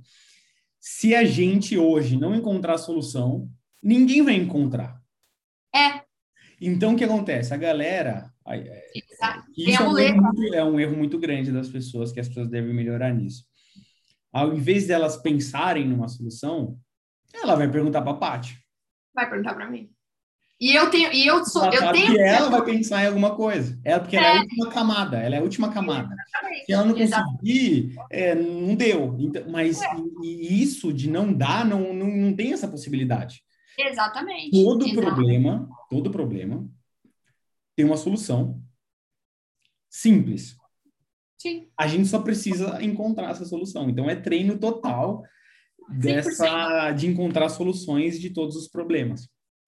Se a gente hoje não encontrar solução, ninguém vai encontrar. É. Então, o que acontece? A galera... É, Exato. isso é um, erro muito, é um erro muito grande das pessoas, que as pessoas devem melhorar nisso. Ao invés de elas pensarem numa solução, ela vai perguntar para a Paty. Vai perguntar para mim. E eu tenho, e eu sou, ela eu tenho que ela vai pensar em alguma coisa. Ela, porque é. ela é a última camada, ela é a última camada. Exatamente. Se ela não conseguir, é, não deu. Então, mas é. e isso de não dar, não, não, não tem essa possibilidade. Exatamente. Todo Exatamente. problema, todo problema tem uma solução simples. Sim. A gente só precisa encontrar essa solução. Então, é treino total dessa, de encontrar soluções de todos os problemas.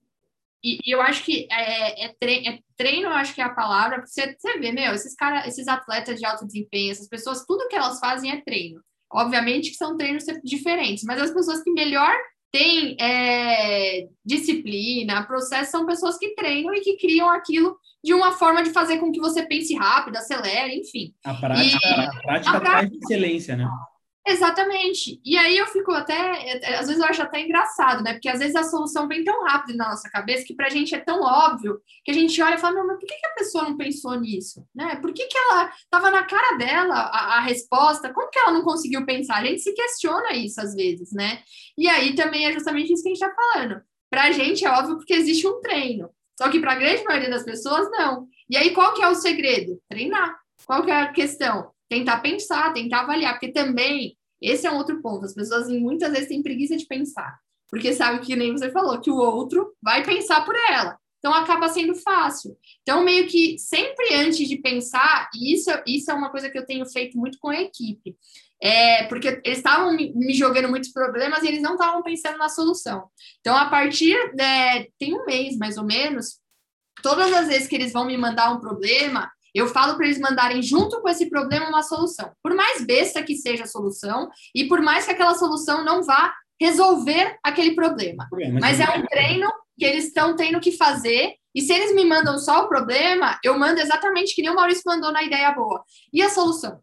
E, e eu acho que é, é, treino, é treino, eu acho que é a palavra, porque você, você vê, meu, esses caras, esses atletas de alto desempenho, essas pessoas, tudo que elas fazem é treino. Obviamente que são treinos diferentes, mas as pessoas que melhor têm é, disciplina, processo, são pessoas que treinam e que criam aquilo de uma forma de fazer com que você pense rápido, acelere, enfim. A prática, e, a prática a traz excelência, né? Exatamente. E aí eu fico até, às vezes eu acho até engraçado, né? Porque às vezes a solução vem tão rápido na nossa cabeça que pra gente é tão óbvio que a gente olha e fala, mas por que, que a pessoa não pensou nisso? Né? Por que, que ela tava na cara dela a, a resposta? Como que ela não conseguiu pensar? A gente se questiona isso às vezes, né? E aí também é justamente isso que a gente tá falando. Pra gente é óbvio porque existe um treino. Só que pra grande maioria das pessoas, não. E aí qual que é o segredo? Treinar. Qual que é a questão? Tentar pensar, tentar avaliar, porque também, esse é um outro ponto, as pessoas muitas vezes têm preguiça de pensar, porque sabe que nem você falou, que o outro vai pensar por ela, então acaba sendo fácil. Então, meio que sempre antes de pensar, e isso, isso é uma coisa que eu tenho feito muito com a equipe, é, porque eles estavam me jogando muitos problemas e eles não estavam pensando na solução. Então, a partir, né, tem um mês mais ou menos, todas as vezes que eles vão me mandar um problema, eu falo para eles mandarem junto com esse problema uma solução. Por mais besta que seja a solução e por mais que aquela solução não vá resolver aquele problema. Mas é um treino que eles estão tendo que fazer e se eles me mandam só o problema, eu mando exatamente que nem o Maurício mandou na ideia boa. E a solução?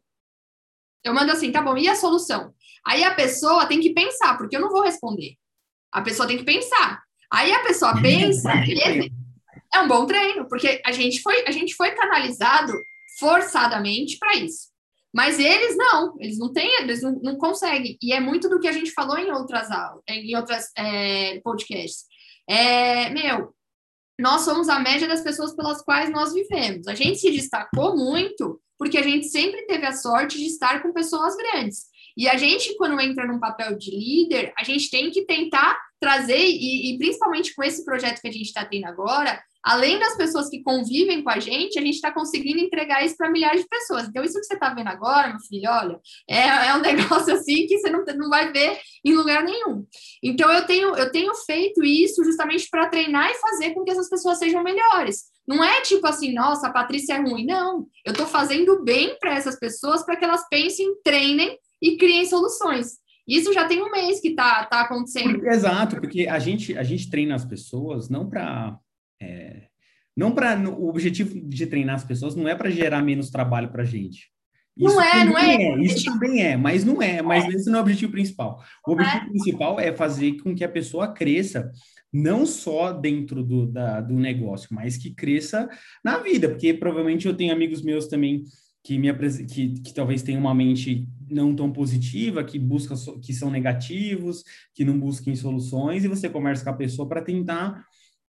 Eu mando assim, tá bom, e a solução? Aí a pessoa tem que pensar, porque eu não vou responder. A pessoa tem que pensar. Aí a pessoa pensa... e é um bom treino, porque a gente foi, a gente foi canalizado forçadamente para isso. Mas eles não, eles não têm, eles não, não conseguem. E é muito do que a gente falou em outras aulas, em outras é, podcasts. É, meu, nós somos a média das pessoas pelas quais nós vivemos. A gente se destacou muito porque a gente sempre teve a sorte de estar com pessoas grandes. E a gente, quando entra num papel de líder, a gente tem que tentar trazer, e, e principalmente com esse projeto que a gente está tendo agora, além das pessoas que convivem com a gente, a gente está conseguindo entregar isso para milhares de pessoas. Então, isso que você está vendo agora, meu filho, olha, é, é um negócio assim que você não, não vai ver em lugar nenhum. Então, eu tenho, eu tenho feito isso justamente para treinar e fazer com que essas pessoas sejam melhores. Não é tipo assim, nossa, a Patrícia é ruim. Não, eu estou fazendo bem para essas pessoas para que elas pensem, treinem e criem soluções. Isso já tem um mês que está tá acontecendo. Exato, porque a gente, a gente treina as pessoas não para... É, não para... O objetivo de treinar as pessoas não é para gerar menos trabalho para a gente. Isso Não é, não é. é, isso também é, mas não é, mas esse não é o objetivo principal. O objetivo é. principal é fazer com que a pessoa cresça, não só dentro do, da, do negócio, mas que cresça na vida, porque provavelmente eu tenho amigos meus também que, me, que, que talvez tenham uma mente não tão positiva, que busca, que são negativos, que não busquem soluções, e você conversa com a pessoa para tentar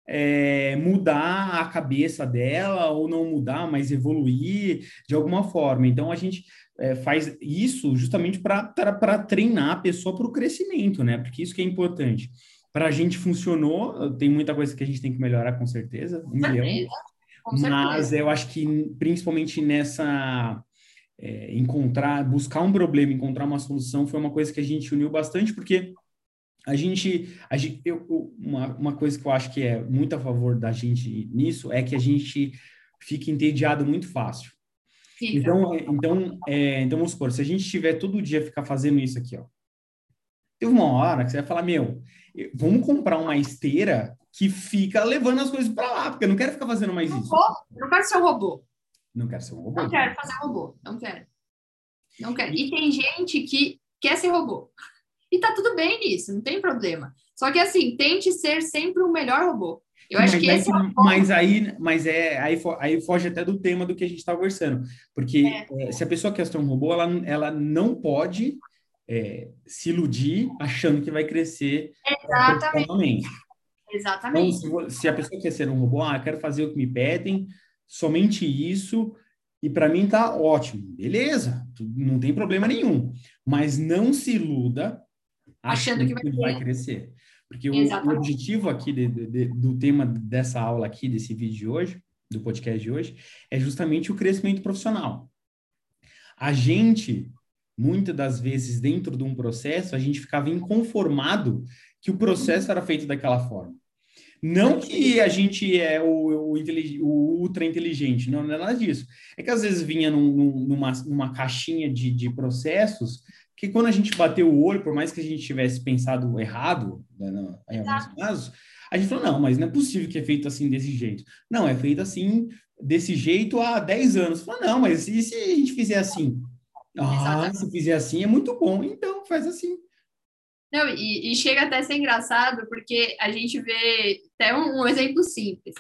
É, mudar a cabeça dela, ou não mudar, mas evoluir de alguma forma. Então, a gente é, faz isso justamente para treinar a pessoa para o crescimento, né? Porque isso que é importante. Para a gente funcionou, tem muita coisa que a gente tem que melhorar, com certeza, um milhão. Com Mas certeza. eu acho que, principalmente nessa... É, encontrar, buscar um problema, encontrar uma solução, foi uma coisa que a gente uniu bastante, porque A gente, a gente eu, uma, uma coisa que eu acho que é muito a favor da gente nisso é que a gente fica entediado muito fácil. Fica. Então, é, então, é, então vamos supor, se a gente tiver todo dia ficar fazendo isso aqui, ó, teve uma hora que você vai falar, meu, vamos comprar uma esteira que fica levando as coisas para lá, porque eu não quero ficar fazendo mais isso. Eu não quero ser um robô. Não quero ser um robô. Não quero fazer robô. Não quero. Não quero. E tem gente que quer ser robô. E tá tudo bem nisso, não tem problema. Só que assim, tente ser sempre o melhor robô. Eu acho mas que aí, esse é o mas aí, mas é, aí, fo- aí foge até do tema do que a gente está conversando. Porque é. é, se a pessoa quer ser um robô, ela, ela não pode é, se iludir achando que vai crescer é, Exatamente. profissionalmente. Então, Exatamente. se, vo- se a pessoa quer ser um robô, ah, eu quero fazer o que me pedem, somente isso, e para mim tá ótimo. Beleza, tu- não tem problema nenhum. Mas não se iluda Achando achando que vai que ele vai ter. crescer. Porque o, o Exatamente. objetivo aqui de, de, de, do tema dessa aula aqui, desse vídeo de hoje, do podcast de hoje, é justamente o crescimento profissional. A gente, muitas das vezes, dentro de um processo, a gente ficava inconformado que o processo era feito daquela forma. Não que a gente é o, o, o ultra inteligente, não, não é nada disso. É que às vezes vinha num, numa, numa caixinha de, de processos que quando a gente bateu o olho, por mais que a gente tivesse pensado errado, né, no, em alguns casos, a gente falou, não, mas não é possível que é feito assim desse jeito. Não, é feito assim, desse jeito há dez anos. Falou, não, mas e se a gente fizer assim? Ah, Exatamente. se fizer assim é muito bom, então faz assim. Não, e, e chega até a ser engraçado, porque a gente vê até um, um exemplo simples.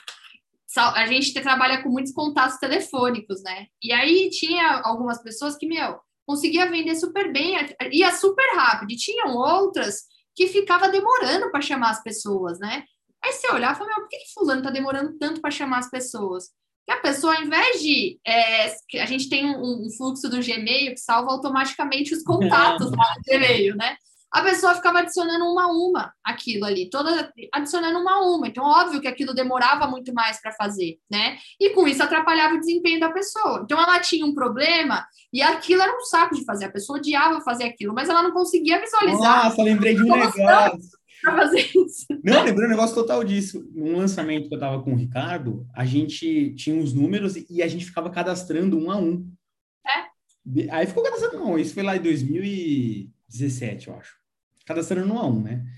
A gente trabalha com muitos contatos telefônicos, né? E aí tinha algumas pessoas que, meu, conseguia vender super bem, ia super rápido. E tinham outras que ficava demorando para chamar as pessoas, né? Aí você olhava e falava, meu, por que, que fulano tá demorando tanto para chamar as pessoas? Porque a pessoa, ao invés de... É, a gente tem um, um fluxo do Gmail que salva automaticamente os contatos lá do Gmail, né? A pessoa ficava adicionando uma a uma aquilo ali, toda adicionando uma a uma. Então, óbvio que aquilo demorava muito mais para fazer, né? E com isso atrapalhava o desempenho da pessoa. Então, ela tinha um problema e aquilo era um saco de fazer. A pessoa odiava fazer aquilo, mas ela não conseguia visualizar Nossa, lembrei de um solução negócio. para fazer isso. Não, lembrei um negócio total disso. Num lançamento que eu tava com o Ricardo, a gente tinha os números e a gente ficava cadastrando um a um. É. Aí ficou cadastrando um a um. Isso foi lá em dois mil e dezessete, eu acho. Cadastrando um a um, né?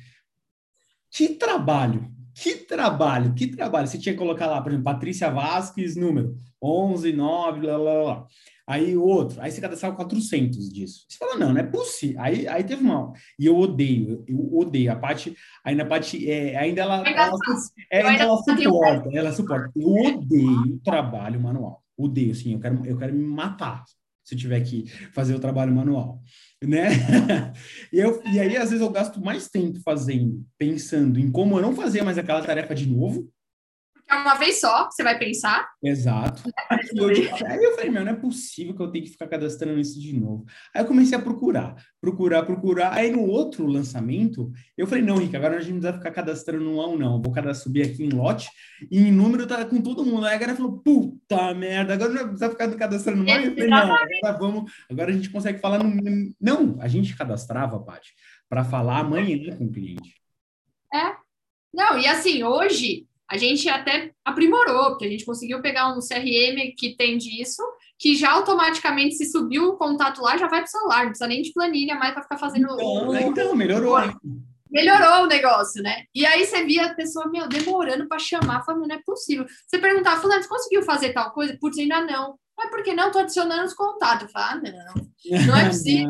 Que trabalho! Que trabalho! Que trabalho! Você tinha que colocar lá, por exemplo, Patrícia Vasques, número onze, nove, blá, blá, blá. Aí outro, aí você cadastrava quatrocentos disso. Você fala, não, não é possível. Aí, aí teve uma. E eu odeio, eu, eu odeio. A parte, ainda a parte, é, ainda ela, Ainda, ela, é, eu ainda ainda ela tenho suporta, ela suporta. Eu odeio trabalho manual. Odeio, assim, eu quero, eu quero me matar se eu tiver que fazer o trabalho manual, né? E, eu, e aí, às vezes, eu gasto mais tempo fazendo, pensando em como eu não fazer mais aquela tarefa de novo, uma vez só, você vai pensar. Exato. E eu, tipo, aí eu falei, meu, não é possível que eu tenha que ficar cadastrando isso de novo. Aí eu comecei a procurar, procurar, procurar. Aí no outro lançamento, eu falei, não, Rica, agora a gente não vai ficar cadastrando um a um, não. Eu vou cadastrar, subir aqui em lote e em número tá com todo mundo. Aí a galera falou, puta merda, agora não vai ficar cadastrando mais? Eu falei, não, agora vamos, agora a gente consegue falar no... Não, a gente cadastrava, Paty, para falar amanhã com o cliente. É. Não, e assim, hoje a gente até aprimorou, porque a gente conseguiu pegar um C R M que tem disso, que já automaticamente, se subiu o contato lá, já vai para o celular, não precisa nem de planilha mais para ficar fazendo. Então, o... então melhorou, hein? Melhorou o negócio, né? E aí você via a pessoa, meu, demorando para chamar, falando, não é possível. Você perguntava, fulano, você conseguiu fazer tal coisa? Putz, ainda não. Mas por que não? Tô adicionando os contatos. Eu falava, ah, não, não é possível,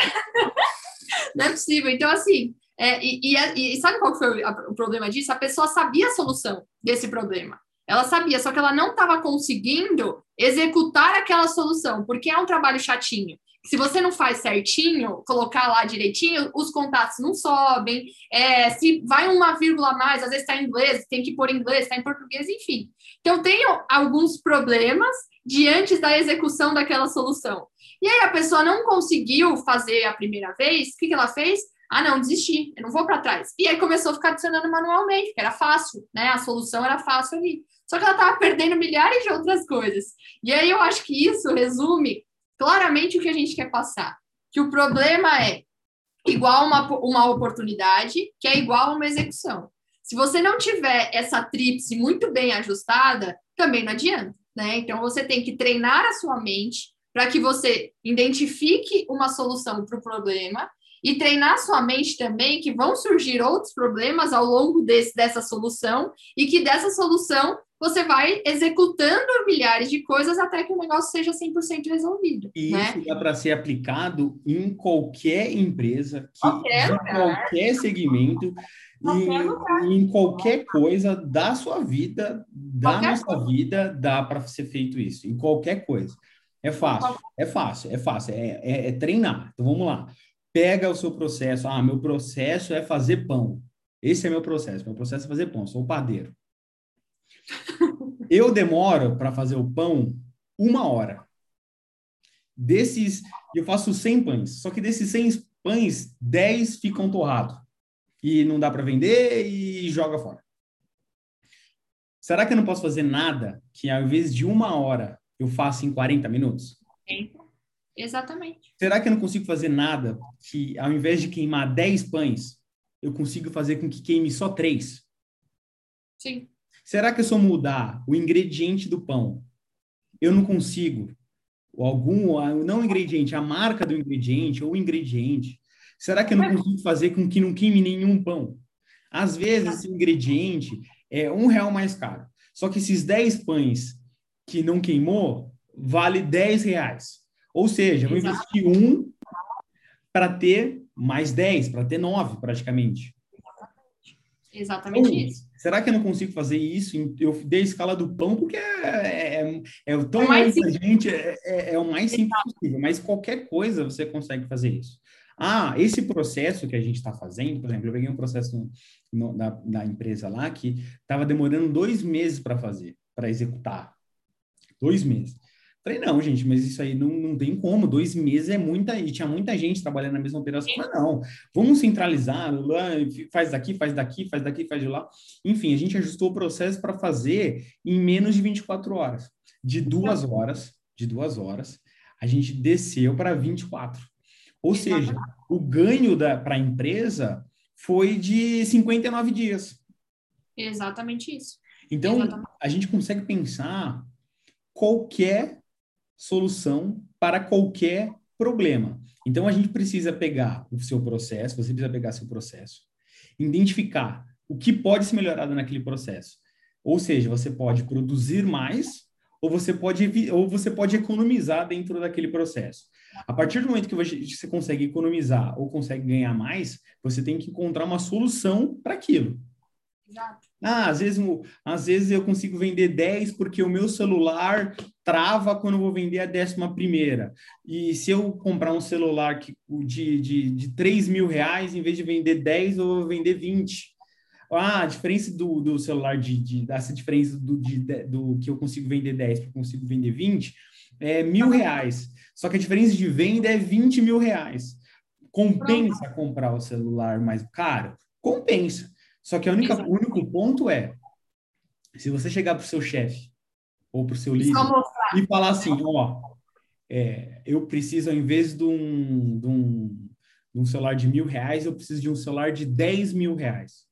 não é possível. Então, assim, é, e, e, e sabe qual foi o, o problema disso? A pessoa sabia a solução desse problema. Ela sabia, só que ela não estava conseguindo executar aquela solução, porque é um trabalho chatinho. Se você não faz certinho, colocar lá direitinho, os contatos não sobem. É, se vai uma vírgula a mais, às vezes está em inglês, tem que pôr em inglês, está em português, enfim. Então, tem alguns problemas diante da execução daquela solução. E aí a pessoa não conseguiu fazer a primeira vez, o que, que ela fez? Ah, não, desisti, eu não vou para trás. E aí começou a ficar adicionando manualmente, que era fácil, né? A solução era fácil ali. Só que ela estava perdendo milhares de outras coisas. E aí eu acho que isso resume claramente o que a gente quer passar. Que o problema é igual uma, uma oportunidade, que é igual a uma execução. Se você não tiver essa tríplice muito bem ajustada, também não adianta, né? Então você tem que treinar a sua mente para que você identifique uma solução para o problema e treinar sua mente também que vão surgir outros problemas ao longo desse, dessa solução e que dessa solução você vai executando milhares de coisas até que o negócio seja cem por cento resolvido. E né? isso dá para ser aplicado em qualquer empresa, que, qualquer de lugar. qualquer segmento, qualquer e em qualquer coisa da sua vida, da qualquer nossa coisa. vida, dá para ser feito isso, em qualquer coisa. É fácil, é fácil, é fácil, é, é, é treinar. Então vamos lá. Pega o seu processo. Ah, meu processo é fazer pão. Esse é meu processo. Meu processo é fazer pão. Sou padeiro. Eu demoro para fazer o pão uma hora. Desses, eu faço cem pães. Só que desses cem pães, dez ficam torrados. E não dá para vender e joga fora. Será que eu não posso fazer nada que, ao invés de uma hora, eu faça em quarenta minutos? Exatamente. Será que eu não consigo fazer nada que, ao invés de queimar dez pães, eu consigo fazer com que queime só três? Sim. Será que se eu mudar o ingrediente do pão, eu não consigo? Ou algum, não o ingrediente, a marca do ingrediente ou o ingrediente. Será que eu não consigo fazer com que não queime nenhum pão? Às vezes, esse ingrediente é um real mais caro. Só que esses dez pães que não queimou, vale dez reais. Ou seja, eu vou investir um para ter mais dez, para ter nove, praticamente. Exatamente então, isso. Será que eu não consigo fazer isso? Eu dei a escala do pão porque é, é, é tão É mais longe da gente, é, é, é o mais simples possível. Mas qualquer coisa você consegue fazer isso. Ah, esse processo que a gente está fazendo, por exemplo, eu peguei um processo no, no, da, da empresa lá que estava demorando dois meses para fazer, para executar. Dois meses. Falei, não, gente, mas isso aí não, não tem como. Dois meses é muita... E tinha muita gente trabalhando na mesma operação. Falei, não, vamos centralizar. Faz daqui, faz daqui, faz daqui, faz de lá. Enfim, a gente ajustou o processo para fazer em menos de vinte e quatro horas. De duas horas, de duas horas, a gente desceu para vinte e quatro. Ou seja, o ganho para a empresa foi de cinquenta e nove dias. Exatamente isso. Então, Exatamente. a gente consegue pensar qualquer solução para qualquer problema. Então, a gente precisa pegar o seu processo, você precisa pegar seu processo, identificar o que pode ser melhorado naquele processo. Ou seja, você pode produzir mais ou você pode, ou você pode economizar dentro daquele processo. A partir do momento que você consegue economizar ou consegue ganhar mais, você tem que encontrar uma solução para aquilo. Exato. Ah, às vezes, às vezes eu consigo vender dez porque o meu celular trava quando eu vou vender a décima primeira. E se eu comprar um celular que, de, de, de três mil reais, em vez de vender dez, eu vou vender vinte. Ah, a diferença do, do celular, de, de, essa diferença do, de, do que eu consigo vender dez para eu consigo vender vinte é mil reais. Só que a diferença de venda é vinte mil reais. Pronto. Compensa comprar o celular mais caro? Compensa. Só que a única, o Exato. único ponto é, se você chegar para o seu chefe ou para o seu E só líder mostrar. e falar assim, ó, é, eu preciso, ao invés de um, de, um, de um celular de mil reais, eu preciso de um celular de dez mil reais.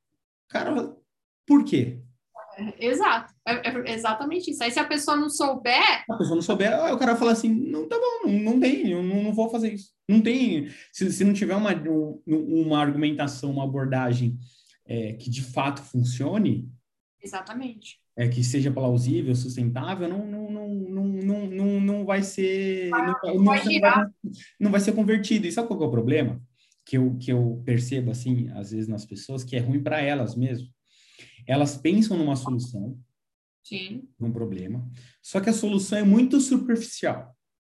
Cara, por quê? Exato. É, é exatamente isso. Aí, se a pessoa não souber, A pessoa não souber, aí o cara fala assim, não, tá bom, não, não tem, eu não, não vou fazer isso. Não tem, se, se não tiver uma, um, uma argumentação, uma abordagem é, que de fato funcione, exatamente. é, que seja plausível, sustentável, não, não, não, não, não, não, não vai ser, não, Não não, vai você não vai, girar. não vai ser convertido. E sabe qual que é o problema? Que eu, que eu percebo, assim, às vezes nas pessoas, que é ruim para elas mesmo. Elas pensam numa solução, Sim, num problema, só que a solução é muito superficial.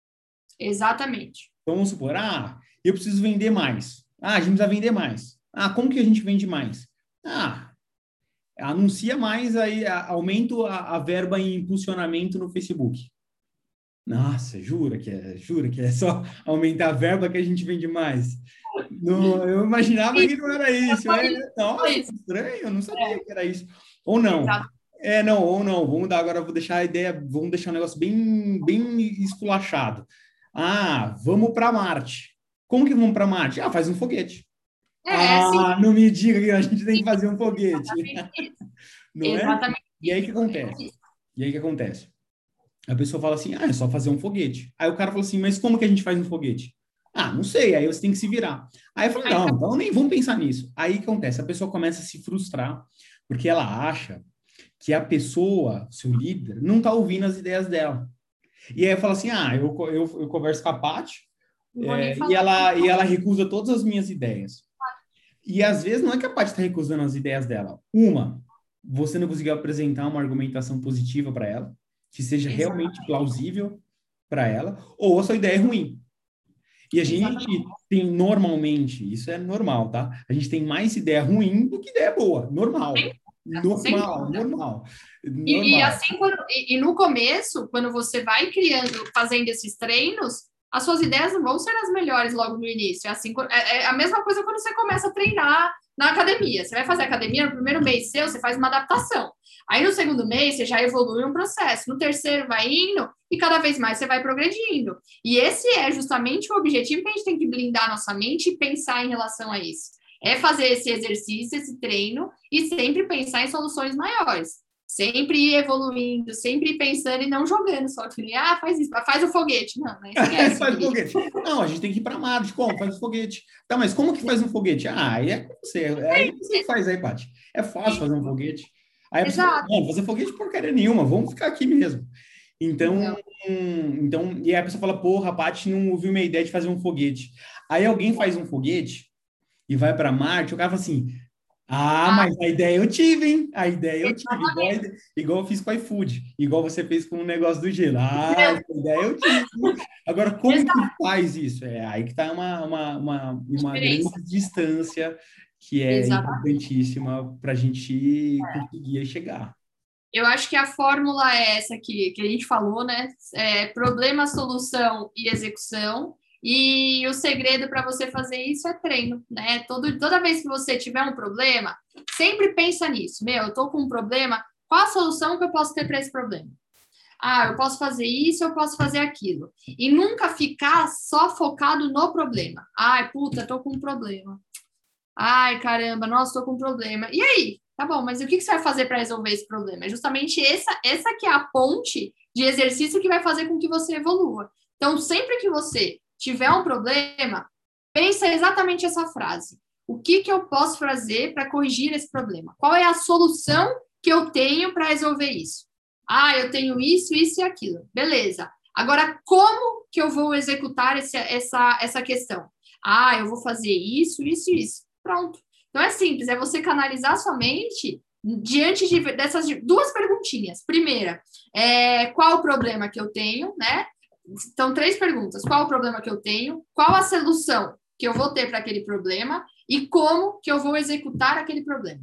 exatamente. Então, vamos supor, ah, eu preciso vender mais. Ah, a gente precisa vender mais. Ah, como que a gente vende mais? Ah, anuncia mais, aí aumento a, a verba em impulsionamento no Facebook. Nossa, jura que é, jura que é só aumentar a verba que a gente vende mais? Não, eu imaginava que não era isso. Foi É, isso. Foi nossa, que isso. estranho, eu não sabia É, que era isso. Ou não. exato. É, não, ou não. Vamos dar agora, vou deixar a ideia, vamos deixar um negócio bem, bem esculachado. Ah, vamos para Marte. Como que vamos para Marte? Ah, faz um foguete. É, sim. Ah, não me diga que a gente tem que fazer um foguete, não é? Exatamente E aí o que isso. acontece? E aí o que acontece? A pessoa fala assim, ah, é só fazer um foguete. Aí o cara fala assim, mas como que a gente faz um foguete? Ah, não sei, aí você tem que se virar. Aí eu falo, Aí, não, então nem vamos pensar nisso. Aí o que acontece? A pessoa começa a se frustrar, porque ela acha que a pessoa, seu líder, não está ouvindo as ideias dela. E aí fala assim, ah, eu, eu, eu converso com a Paty, não vou nem é, e, falar. ela, e ela recusa todas as minhas ideias. E às vezes não é que a Paty está recusando as ideias dela. Uma, você não conseguiu apresentar uma argumentação positiva para ela, que seja realmente Exatamente. plausível para ela, ou a sua ideia é ruim. E a gente Exatamente. tem normalmente, isso é normal, tá? A gente tem mais ideia ruim do que ideia boa. Normal. Sem Normal, dúvida. normal. E, e Normal. assim, quando, e, e no começo, quando você vai criando, fazendo esses treinos, as suas ideias não vão ser as melhores logo no início. É, assim, é, é a mesma coisa quando você começa a treinar na academia. Você vai fazer academia no primeiro mês seu, você faz uma adaptação. Aí no segundo mês você já evolui um processo. No terceiro vai indo e cada vez mais você vai progredindo. E esse é justamente o objetivo que a gente tem que blindar nossa mente e pensar em relação a isso. É fazer esse exercício, esse treino e sempre pensar em soluções maiores. Sempre ir evoluindo, sempre ir pensando e não jogando só que ah, faz isso, faz o foguete. Não, não esquece, Faz um querido. foguete. Não, a gente tem que ir para Marte. Como? Faz um foguete. Tá, mas como que faz um foguete? Ah, aí é com você. Aí você que faz aí, Paty. É fácil fazer um foguete. Aí a pessoa fala, Exato. não, fazer foguete porcaria nenhuma, vamos ficar aqui mesmo. Então, Então, então, e aí a pessoa fala, porra, a Paty não ouviu minha ideia de fazer um foguete. Aí alguém faz um foguete e vai para Marte, o cara fala assim, ah, ah, mas a ideia eu tive, hein? A ideia eu tive, igual, a exatamente. ide- igual eu fiz com o iFood, igual você fez com o negócio do gelo. Ah, essa ideia eu tive. Agora, como que Exato. faz isso? É aí que está uma, uma, uma, uma grande Diferença. distância que é Exato. importantíssima para a gente conseguir chegar. Eu acho que a fórmula é essa que, que a gente falou, né? É problema, solução e execução. E o segredo para você fazer isso é treino, né? Todo, toda vez que você tiver um problema, sempre pensa nisso. Meu, eu tô com um problema, qual a solução que eu posso ter para esse problema? Ah, eu posso fazer isso, eu posso fazer aquilo. E nunca ficar só focado no problema. Ai, puta, tô com um problema. Ai, caramba, nossa, tô com um problema. E aí? Tá bom, mas o que você vai fazer para resolver esse problema? É justamente essa, essa que é a ponte de exercício que vai fazer com que você evolua. Então, sempre que você tiver um problema, pensa exatamente essa frase. O que, que eu posso fazer para corrigir esse problema? Qual é a solução que eu tenho para resolver isso? Ah, eu tenho isso, isso e aquilo. Beleza. Agora, como que eu vou executar esse, essa, essa questão? Ah, eu vou fazer isso, isso e isso. Pronto. Então é simples, é você canalizar sua mente diante de, dessas duas perguntinhas. Primeira, é, qual o problema que eu tenho, né? Então, três perguntas. Qual o problema que eu tenho? Qual a solução que eu vou ter para aquele problema? E como que eu vou executar aquele problema?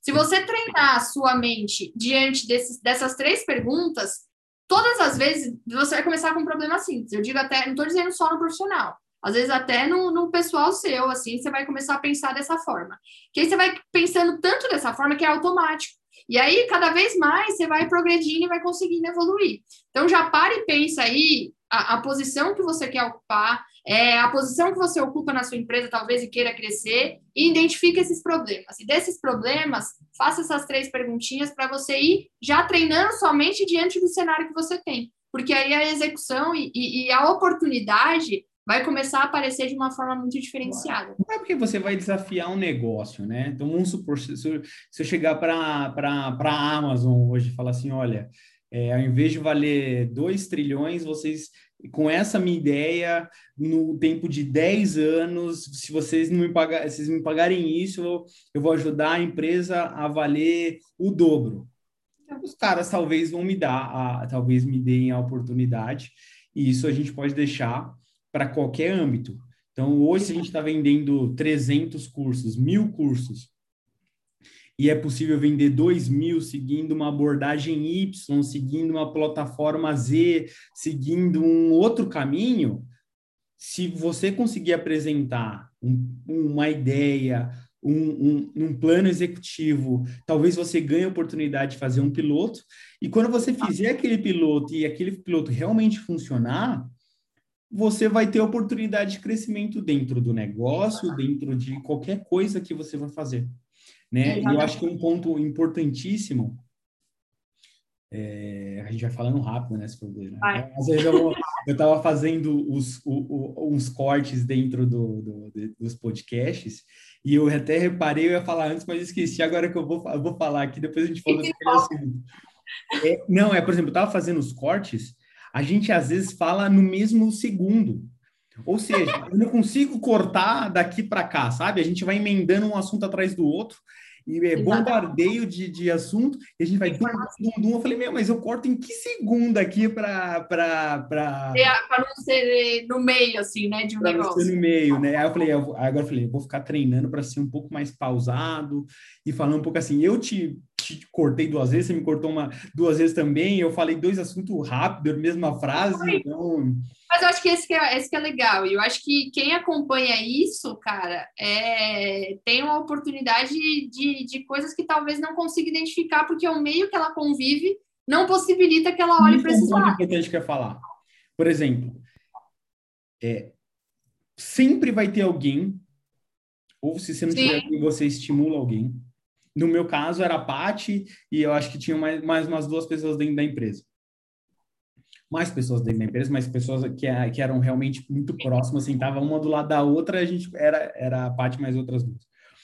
Se você treinar a sua mente diante desses, dessas três perguntas, todas as vezes você vai começar com um problema simples. Eu digo até, não estou dizendo só no profissional, às vezes até no, no pessoal seu, assim, você vai começar a pensar dessa forma. Que aí você vai pensando tanto dessa forma que é automático. E aí, cada vez mais, você vai progredindo e vai conseguindo evoluir. Então, já para e pensa aí a, a posição que você quer ocupar, é, a posição que você ocupa na sua empresa, talvez, e queira crescer, e identifique esses problemas. E desses problemas, faça essas três perguntinhas para você ir já treinando somente diante do cenário que você tem. Porque aí a execução e, e, e a oportunidade vai começar a aparecer de uma forma muito diferenciada. Não é porque você vai desafiar um negócio, né? Então, vamos supor, se, se eu chegar para a Amazon hoje e falar assim, olha, é, ao invés de valer dois trilhões, vocês, com essa minha ideia, no tempo de dez anos, se vocês não me, pagar, se vocês me pagarem isso, eu, eu vou ajudar a empresa a valer o dobro. Os caras talvez vão me dar, a, talvez me deem a oportunidade, e isso a gente pode deixar para qualquer âmbito. Então, hoje, se a gente está vendendo trezentos cursos, mil cursos, e é possível vender dois mil seguindo uma abordagem Y, seguindo uma plataforma Z, seguindo um outro caminho, se você conseguir apresentar um, uma ideia, um, um, um plano executivo, talvez você ganhe a oportunidade de fazer um piloto, e quando você fizer aquele piloto e aquele piloto realmente funcionar, você vai ter oportunidade de crescimento dentro do negócio, dentro de qualquer coisa que você vai fazer, né? E eu acho que é um ponto importantíssimo, é, a gente vai falando rápido, né? Se for ver, né? Às vezes eu estava fazendo os, o, o, uns cortes dentro do, do, dos podcasts e eu até reparei, eu ia falar antes, mas esqueci, agora que eu vou, eu vou falar aqui, depois a gente fala daquele assunto. É, não, é, por exemplo, eu estava fazendo os cortes, a gente às vezes fala no mesmo segundo. Ou seja, eu não consigo cortar daqui para cá, sabe? A gente vai emendando um assunto atrás do outro, e é bombardeio de, de assunto, e a gente vai dum, dum, dum. Eu falei, meu, mas eu corto em que segundo aqui para... Para é, não ser no meio, assim, né, de um negócio. Não ser no meio, né? Aí eu falei, eu, agora eu falei, eu vou ficar treinando para ser um pouco mais pausado, e falar um pouco assim, eu te... te cortei duas vezes, você me cortou uma, duas vezes também, eu falei dois assuntos rápidos, mesma frase, então... Mas eu acho que esse que, é, esse que é legal, e eu acho que quem acompanha isso, cara, é, tem uma oportunidade de, de coisas que talvez não consiga identificar, porque o meio que ela convive não possibilita que ela olhe para esse lado. É um ponto importante que eu ia falar. Por exemplo, é, sempre vai ter alguém, ou se você não tiver alguém, você estimula alguém. No meu caso, era a Paty, e eu acho que tinha mais, mais umas duas pessoas dentro da empresa. Mais pessoas dentro da empresa, mas pessoas que, que eram realmente muito próximas, sentavam uma do lado da outra, a gente era, era a Paty mais outras duas.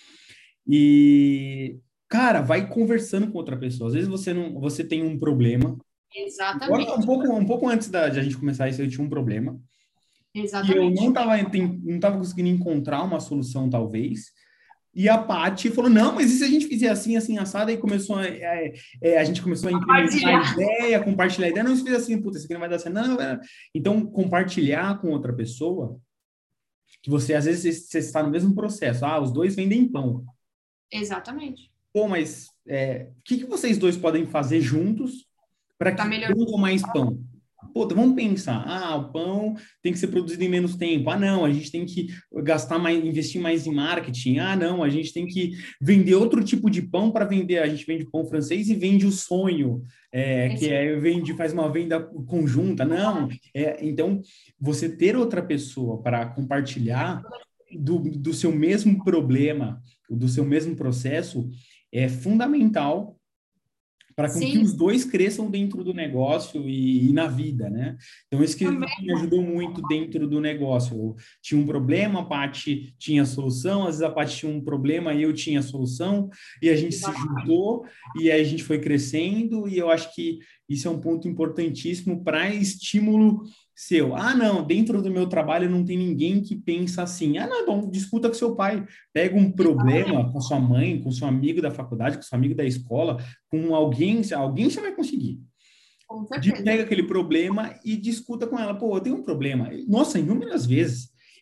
E, cara, vai conversando com outra pessoa. Às vezes você, não, você tem um problema. Exatamente. Um pouco, um pouco antes da, de a gente começar isso, eu tinha um problema. Exatamente. E eu não estava não tava conseguindo encontrar uma solução, talvez. E a Paty falou, não, mas e se a gente fizer assim, assim, assado? Aí começou a, é, é, a gente começou a implementar a ideia, compartilhar a ideia. Não, se fizer assim, puta, isso aqui não vai dar certo. Não, não, não. Então, compartilhar com outra pessoa, que você, às vezes, você está no mesmo processo. Ah, os dois vendem pão. Exatamente. Pô, mas é, o que, que vocês dois podem fazer juntos para que vendam mais pão? Pô, vamos pensar, ah, o pão tem que ser produzido em menos tempo. Ah, não, a gente tem que gastar mais, investir mais em marketing. Ah, não, a gente tem que vender outro tipo de pão para vender. A gente vende pão francês e vende o sonho, é, que é vende, faz uma venda conjunta. Não, é, então você ter outra pessoa para compartilhar do, do seu mesmo problema, do seu mesmo processo, é fundamental para que os dois cresçam dentro do negócio e, e na vida, né? Então, isso que Também. me ajudou muito dentro do negócio. Eu tinha um problema, a Paty tinha a solução, às vezes a Paty tinha um problema e eu tinha a solução, e a gente Exatamente. se juntou, e aí a gente foi crescendo, e eu acho que isso é um ponto importantíssimo para estímulo seu. Ah, não, dentro do meu trabalho não tem ninguém que pensa assim. Ah, não, bom, discuta com seu pai. Pega um problema com sua mãe, com seu amigo da faculdade, com seu amigo da escola, com alguém, alguém você vai conseguir. De, pega aquele problema e discuta com ela. Pô, eu tenho um problema. Nossa, inúmeras vezes.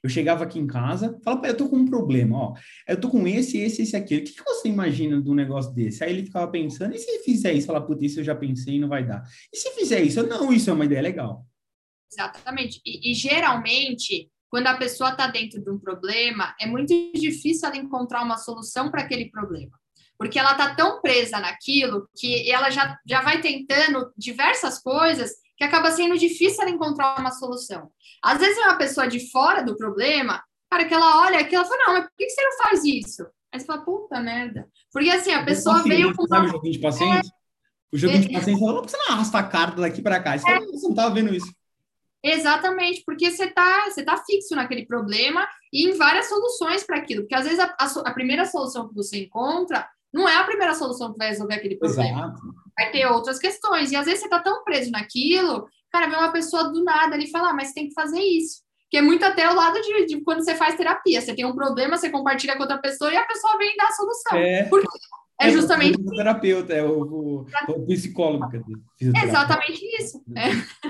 Eu chegava aqui em casa, falava, eu tô com um problema, ó, eu tô com esse, esse, esse, aquele. O que, que você imagina de um negócio desse? Aí ele ficava pensando, e se fizer isso? Fala, puta, isso eu já pensei e não vai dar. E se fizer isso? Eu, não, isso é uma ideia legal. Exatamente. E, e geralmente, quando a pessoa está dentro de um problema, é muito difícil ela encontrar uma solução para aquele problema. Porque ela está tão presa naquilo que ela já, já vai tentando diversas coisas que acaba sendo difícil ela encontrar uma solução. Às vezes é uma pessoa de fora do problema, cara, que ela olha aquilo e fala, não, mas por que você não faz isso? Aí você fala, puta merda. Porque assim, a pessoa veio com uma... Sabe o joguinho de paciência? O joguinho de paciência, fala, por que você não arrasta a carta daqui para cá? Você fala, você não estava vendo isso. Exatamente, porque você está você tá fixo naquele problema e em várias soluções para aquilo. Porque às vezes a, a, a primeira solução que você encontra não é a primeira solução que vai resolver aquele problema. Exato. Vai ter outras questões. E às vezes você está tão preso naquilo, cara, vem uma pessoa do nada ali falar, ah, mas você tem que fazer isso. Que é muito até o lado de, de quando você faz terapia. Você tem um problema, você compartilha com outra pessoa e a pessoa vem dar a solução. É. Porque é justamente... É o terapeuta, é o, o, o psicólogo. É exatamente isso. É.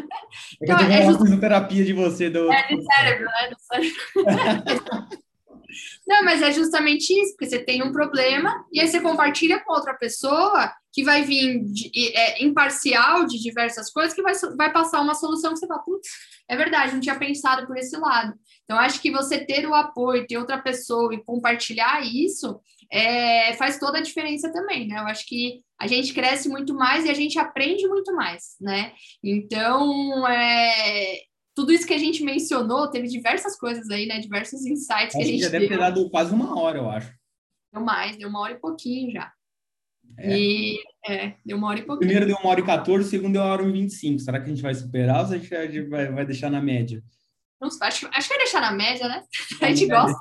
É que eu tô é falando just... terapia de você. Do... É, de cérebro, né? Do cérebro. Não, mas é justamente isso, porque você tem um problema e aí você compartilha com outra pessoa que vai vir de, é, imparcial de diversas coisas que vai, vai passar uma solução que você fala, putz, é verdade, não tinha pensado por esse lado. Então, acho que você ter o apoio, ter outra pessoa e compartilhar isso é, faz toda a diferença também, né? Eu acho que a gente cresce muito mais e a gente aprende muito mais, né? Então, é... tudo isso que a gente mencionou, teve diversas coisas aí, né? Diversos insights que a gente já deve ter dado quase uma hora, eu acho. Deu mais, deu uma hora e pouquinho já. É. E, é, deu uma hora e pouquinho. Primeiro deu uma hora e quatorze, segundo deu uma hora e vinte e cinco. Será que a gente vai superar ou a gente vai, vai deixar na média? Não, acho, acho que vai deixar na média, né? A gente gosta.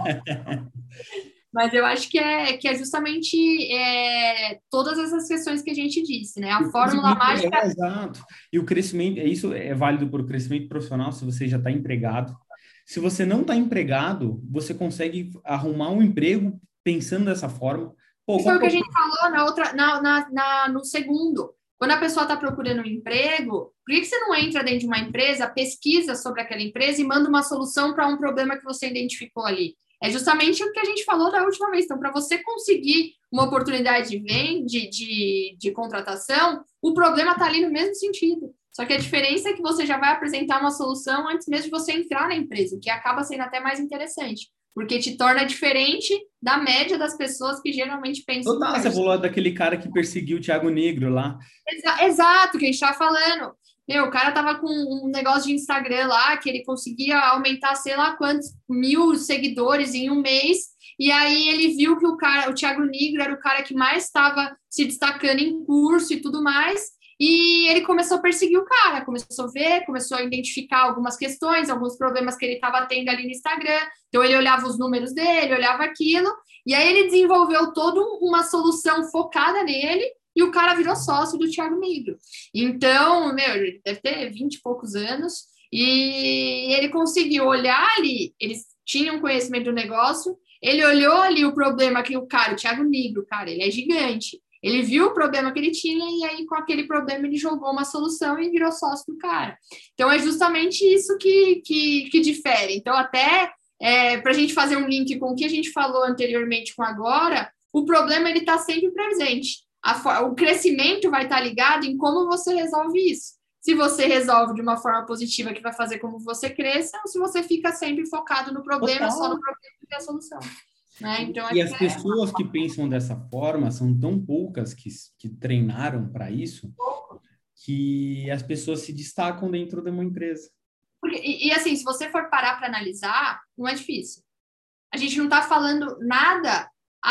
Mas eu acho que é, que é justamente é, todas essas questões que a gente disse, né? A fórmula mágica... É, exato. E o crescimento, isso é válido para o crescimento profissional se você já está empregado. Se você não está empregado, você consegue arrumar um emprego pensando dessa forma. Pô, foi o que a gente falou na outra, na, na, na, no segundo. Quando a pessoa está procurando um emprego, por que você não entra dentro de uma empresa, pesquisa sobre aquela empresa e manda uma solução para um problema que você identificou ali? É justamente o que a gente falou da última vez. Então, para você conseguir uma oportunidade de, de, de, de contratação, o problema está ali no mesmo sentido. Só que a diferença é que você já vai apresentar uma solução antes mesmo de você entrar na empresa, o que acaba sendo até mais interessante, porque te torna diferente da média das pessoas que geralmente pensam... Total, você falou daquele cara que perseguiu o Thiago Negro lá. Exa- exato, que a gente estava falando. Meu, o cara tava com um negócio de Instagram lá, que ele conseguia aumentar sei lá quantos mil seguidores em um mês, e aí ele viu que o cara, o Thiago Negro era o cara que mais estava se destacando em curso e tudo mais, e ele começou a perseguir o cara, começou a ver, começou a identificar algumas questões, alguns problemas que ele estava tendo ali no Instagram, então ele olhava os números dele, olhava aquilo, e aí ele desenvolveu toda uma solução focada nele, e o cara virou sócio do Thiago Negro. Então, meu, ele deve ter vinte e poucos anos, e ele conseguiu olhar ali, eles tinham conhecimento do negócio, ele olhou ali o problema que o cara, o Thiago Negro, cara, ele é gigante, ele viu o problema que ele tinha, e aí com aquele problema ele jogou uma solução e virou sócio do cara. Então, é justamente isso que, que, que difere. Então, até é, para a gente fazer um link com o que a gente falou anteriormente com agora, o problema ele está sempre presente. A, o crescimento vai estar ligado em como você resolve isso. Se você resolve de uma forma positiva que vai fazer com que você cresça, ou se você fica sempre focado no problema, Total. Só no problema e a solução. Né? Então, e as pessoas é... que pensam dessa forma são tão poucas que, que treinaram para isso, que as pessoas se destacam dentro de uma empresa. Porque, e, e assim, se você for parar para analisar, não é difícil. A gente não está falando nada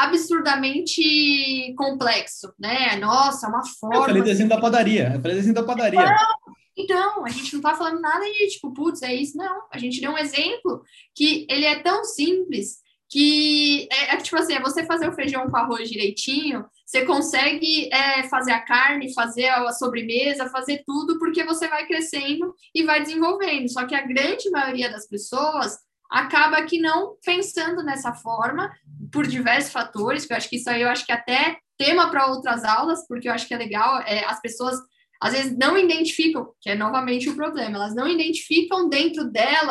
absurdamente complexo, né? Nossa, uma forma... Eu falei desenho assim... da padaria, eu falei desenho da padaria. Não, então, a gente não tá falando nada de, tipo, putz, é isso, não. A gente deu um exemplo que ele é tão simples que, é, é tipo assim, é você fazer o feijão com arroz direitinho, você consegue é, fazer a carne, fazer a sobremesa, fazer tudo, porque você vai crescendo e vai desenvolvendo. Só que a grande maioria das pessoas acaba que não pensando nessa forma, por diversos fatores, que eu acho que isso aí eu acho que até tema para outras aulas, porque eu acho que é legal, é, as pessoas às vezes não identificam, que é novamente o problema, elas não identificam dentro delas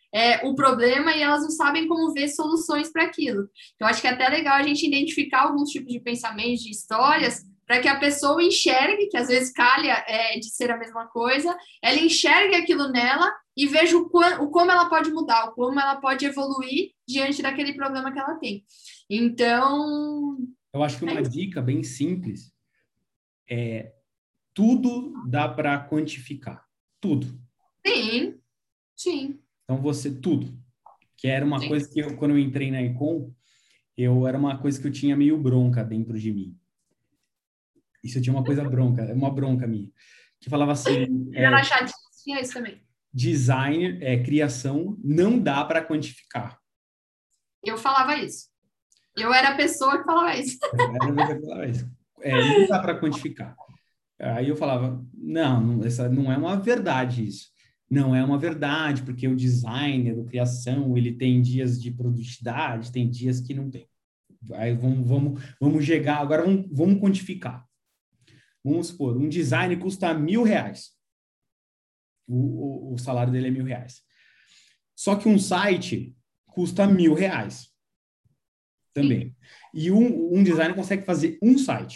é, o problema e elas não sabem como ver soluções para aquilo. Então, acho que é até legal a gente identificar alguns tipos de pensamentos, de histórias, para que a pessoa enxergue, que às vezes calha é, de ser a mesma coisa, ela enxergue aquilo nela e veja o, quão, o como ela pode mudar, o como ela pode evoluir diante daquele problema que ela tem. Então, Eu acho que é uma isso. dica bem simples é tudo dá para quantificar. Tudo. Sim, sim, Então, você, tudo. Que era uma sim. coisa que eu, quando eu entrei na Econ, eu era uma coisa que eu tinha meio bronca dentro de mim. Isso eu tinha uma coisa bronca, uma bronca minha, que falava assim, Já é, na chat tinha isso também. design, é, criação, não dá para quantificar. Eu falava isso. Eu era a pessoa que falava isso. Era a mesma que falava isso. É, não dá para quantificar. Aí eu falava, não, não, essa não é uma verdade isso. Não é uma verdade, porque o designer, a criação, ele tem dias de produtividade, tem dias que não tem. Aí vamos, vamos, vamos chegar, agora vamos, vamos quantificar. Vamos supor, um design custa mil reais. O, o, o salário dele é mil reais. Só que um site custa mil reais Sim. também. E um, um designer consegue fazer um site.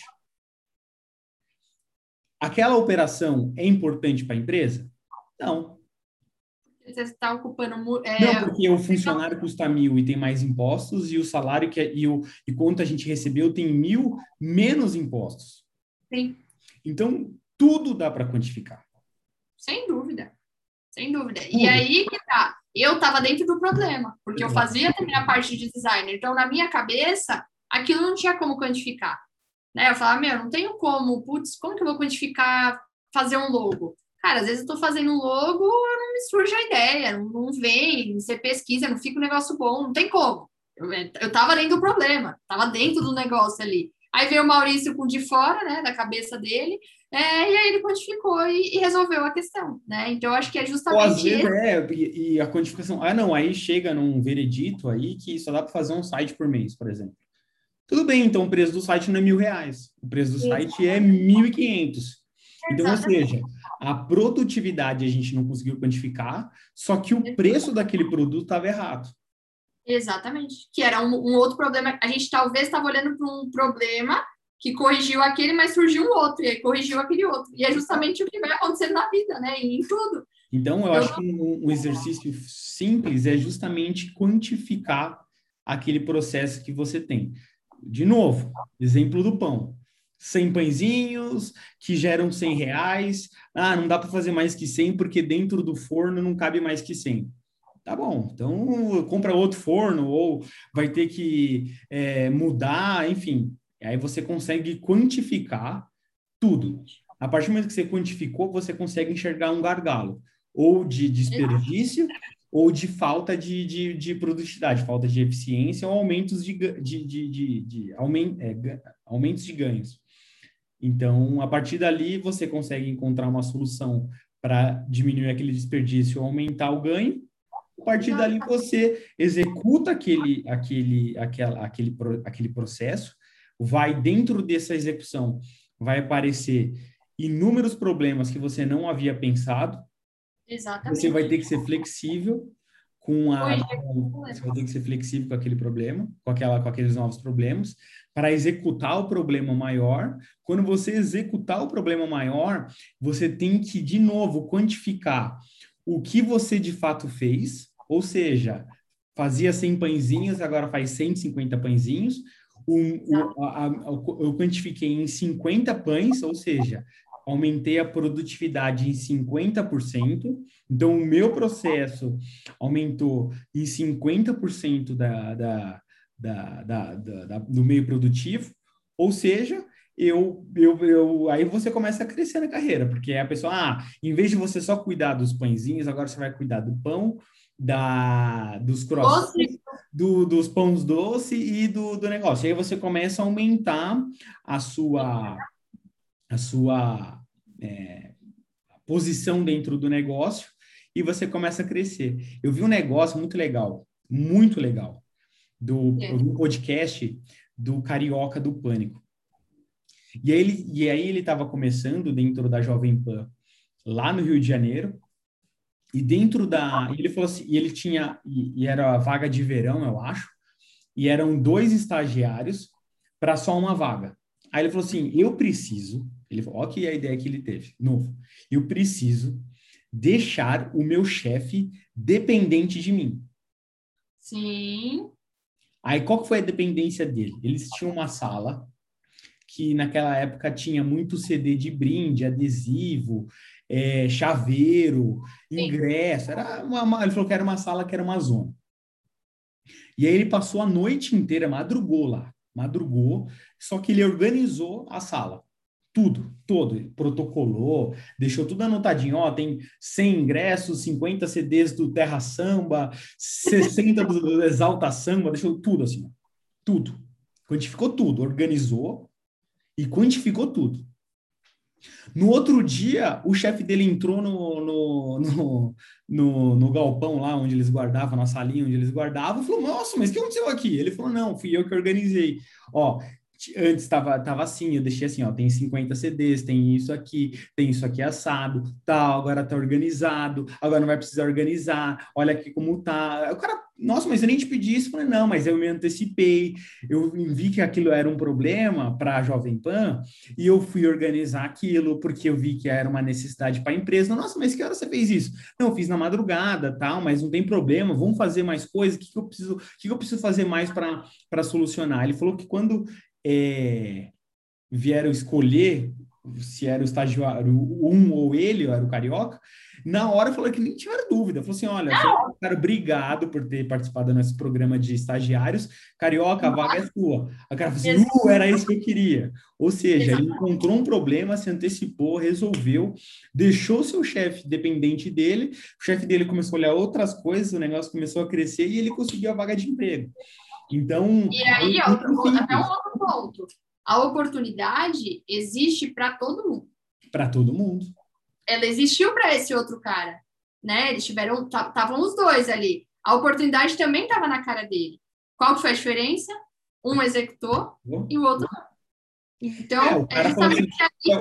Aquela operação é importante para a empresa? Não. Você está ocupando. Não, É, porque o funcionário custa mil e tem mais impostos, e o salário que é, e, o, e quanto a gente recebeu tem mil menos impostos. sim, Então, tudo dá para quantificar. sem dúvida. Sem dúvida. E Tudo. aí que tá. Eu estava dentro do problema, porque eu Exato. fazia também a parte de designer. Então, na minha cabeça, aquilo não tinha como quantificar. Né? Eu falava, meu, não tenho como, putz, como que eu vou quantificar fazer um logo? Cara, às vezes eu tô fazendo um logo, não me surge a ideia, não, não vem, você pesquisa, não fica um negócio bom, não tem como. Eu, eu tava dentro do problema, tava dentro do negócio ali. Aí veio o Maurício com de fora, né, da cabeça dele, é, e aí ele quantificou e, e resolveu a questão, né? Então, eu acho que é Ou às justamente vezes esse. é, e, e a quantificação, ah, não, aí chega num veredito aí que só dá para fazer um site por mês, por exemplo. Tudo bem, então o preço do site não é mil reais, o preço do site é mil e quinhentos. Então, ou Exatamente. seja, a produtividade a gente não conseguiu quantificar, só que o preço daquele produto estava errado. Exatamente. Que era um, um outro problema. A gente talvez estava olhando para um problema que corrigiu aquele, mas surgiu um outro, e aí corrigiu aquele outro. E é justamente o que vai acontecendo na vida, né? E em tudo. Então, eu Então, acho que um, um exercício simples é justamente quantificar aquele processo que você tem. De novo, exemplo do pão. cem pãezinhos que geram cem reais. Ah, não dá para fazer mais que cem porque dentro do forno não cabe mais que cem. Tá bom, então compra outro forno ou vai ter que é, mudar, enfim. Aí você consegue quantificar tudo. A partir do momento que você quantificou, você consegue enxergar um gargalo, ou de desperdício, ou de falta de, de, de produtividade, falta de eficiência, ou aumentos de, de, de, de, de aument, é, aumentos de ganhos. Então, a partir dali, você consegue encontrar uma solução para diminuir aquele desperdício ou aumentar o ganho. A partir dali, você executa aquele, aquele, aquela, aquele, aquele processo, vai dentro dessa execução, vai aparecer inúmeros problemas que você não havia pensado. Você vai exatamente. ter que ser flexível com a, Corrigir o com, você problema. vai ter que ser flexível com aquele problema, com aquela, com aqueles novos problemas, para executar o problema maior. Quando você executar o problema maior, você tem que, de novo, quantificar o que você de fato fez, ou seja, fazia cem pãezinhos, agora faz cento e cinquenta pãezinhos. Um, o, a, a, eu quantifiquei em cinquenta pães, ou seja, aumentei a produtividade em cinquenta por cento. Então, o meu processo aumentou em cinquenta por cento da, da, da, da, da, da, do meio produtivo, ou seja, eu, eu, eu, aí você começa a crescer na carreira, porque a pessoa, ah, em vez de você só cuidar dos pãezinhos, agora você vai cuidar do pão, da, dos Doce, croissants, do, dos pães doce e do, do negócio. E aí você começa a aumentar a sua, a sua é, posição dentro do negócio e você começa a crescer. Eu vi um negócio muito legal, muito legal, do, eu vi um podcast do Carioca do Pânico. E aí ele e aí ele estava começando dentro da Jovem Pan, lá no Rio de Janeiro, E dentro da... Ele falou assim, e ele tinha... E, e era a vaga de verão, eu acho. E eram dois estagiários para só uma vaga. Aí ele falou assim, eu preciso... Ele falou, olha que a ideia que ele teve, novo. Eu preciso deixar o meu chefe dependente de mim. Sim. Aí qual que foi a dependência dele? Eles tinham uma sala que naquela época tinha muito C D de brinde, adesivo, é, chaveiro, Sim. ingresso. Era uma, uma, ele falou que era uma sala que era uma zona. E aí ele passou a noite inteira, madrugou lá, madrugou, só que ele organizou a sala. Tudo, todo, ele protocolou, deixou tudo anotadinho, ó, tem cem ingressos, cinquenta C Ds do Terra Samba, sessenta do Exalta Samba, deixou tudo assim, ó, tudo. Quantificou tudo, organizou e quantificou tudo. No outro dia, o chefe dele entrou no, no, no, no, no galpão lá onde eles guardavam, na salinha onde eles guardavam, e falou, nossa, mas o que aconteceu aqui? Ele falou, não, fui eu que organizei. Ó, antes estava tava assim, eu deixei assim, ó, tem cinquenta C Ds, tem isso aqui, tem isso aqui assado, tal, agora tá organizado, agora não vai precisar organizar, olha aqui como tá. O cara, nossa, mas eu nem te pedi isso. Eu falei, não, mas eu me antecipei, eu vi que aquilo era um problema para a Jovem Pan, e eu fui organizar aquilo, porque eu vi que era uma necessidade para a empresa. Nossa, mas que hora você fez isso? Não, eu fiz na madrugada, tal, mas não tem problema, vamos fazer mais coisas, o que, que eu preciso, o que, que eu preciso fazer mais para solucionar? Ele falou que quando é, vieram escolher se era o estagiário um ou ele, ou era o Carioca, na hora falou que nem tiveram dúvida. Falou assim, olha, cara, obrigado por ter participado do nosso programa de estagiários. Carioca, a vaga é sua. A cara falou assim, uh, era isso que eu queria. Ou seja, ele encontrou um problema, se antecipou, resolveu, deixou o seu chefe dependente dele, o chefe dele começou a olhar outras coisas, o negócio começou a crescer e ele conseguiu a vaga de emprego. Então, e aí, ó, até um outro ponto. A oportunidade existe para todo mundo. Para todo mundo. Ela existiu para esse outro cara, né? Eles tiveram, estavam os dois ali. A oportunidade também estava na cara dele. Qual que foi a diferença? Um executou oh. e o outro não. Então, é, o cara é falou assim,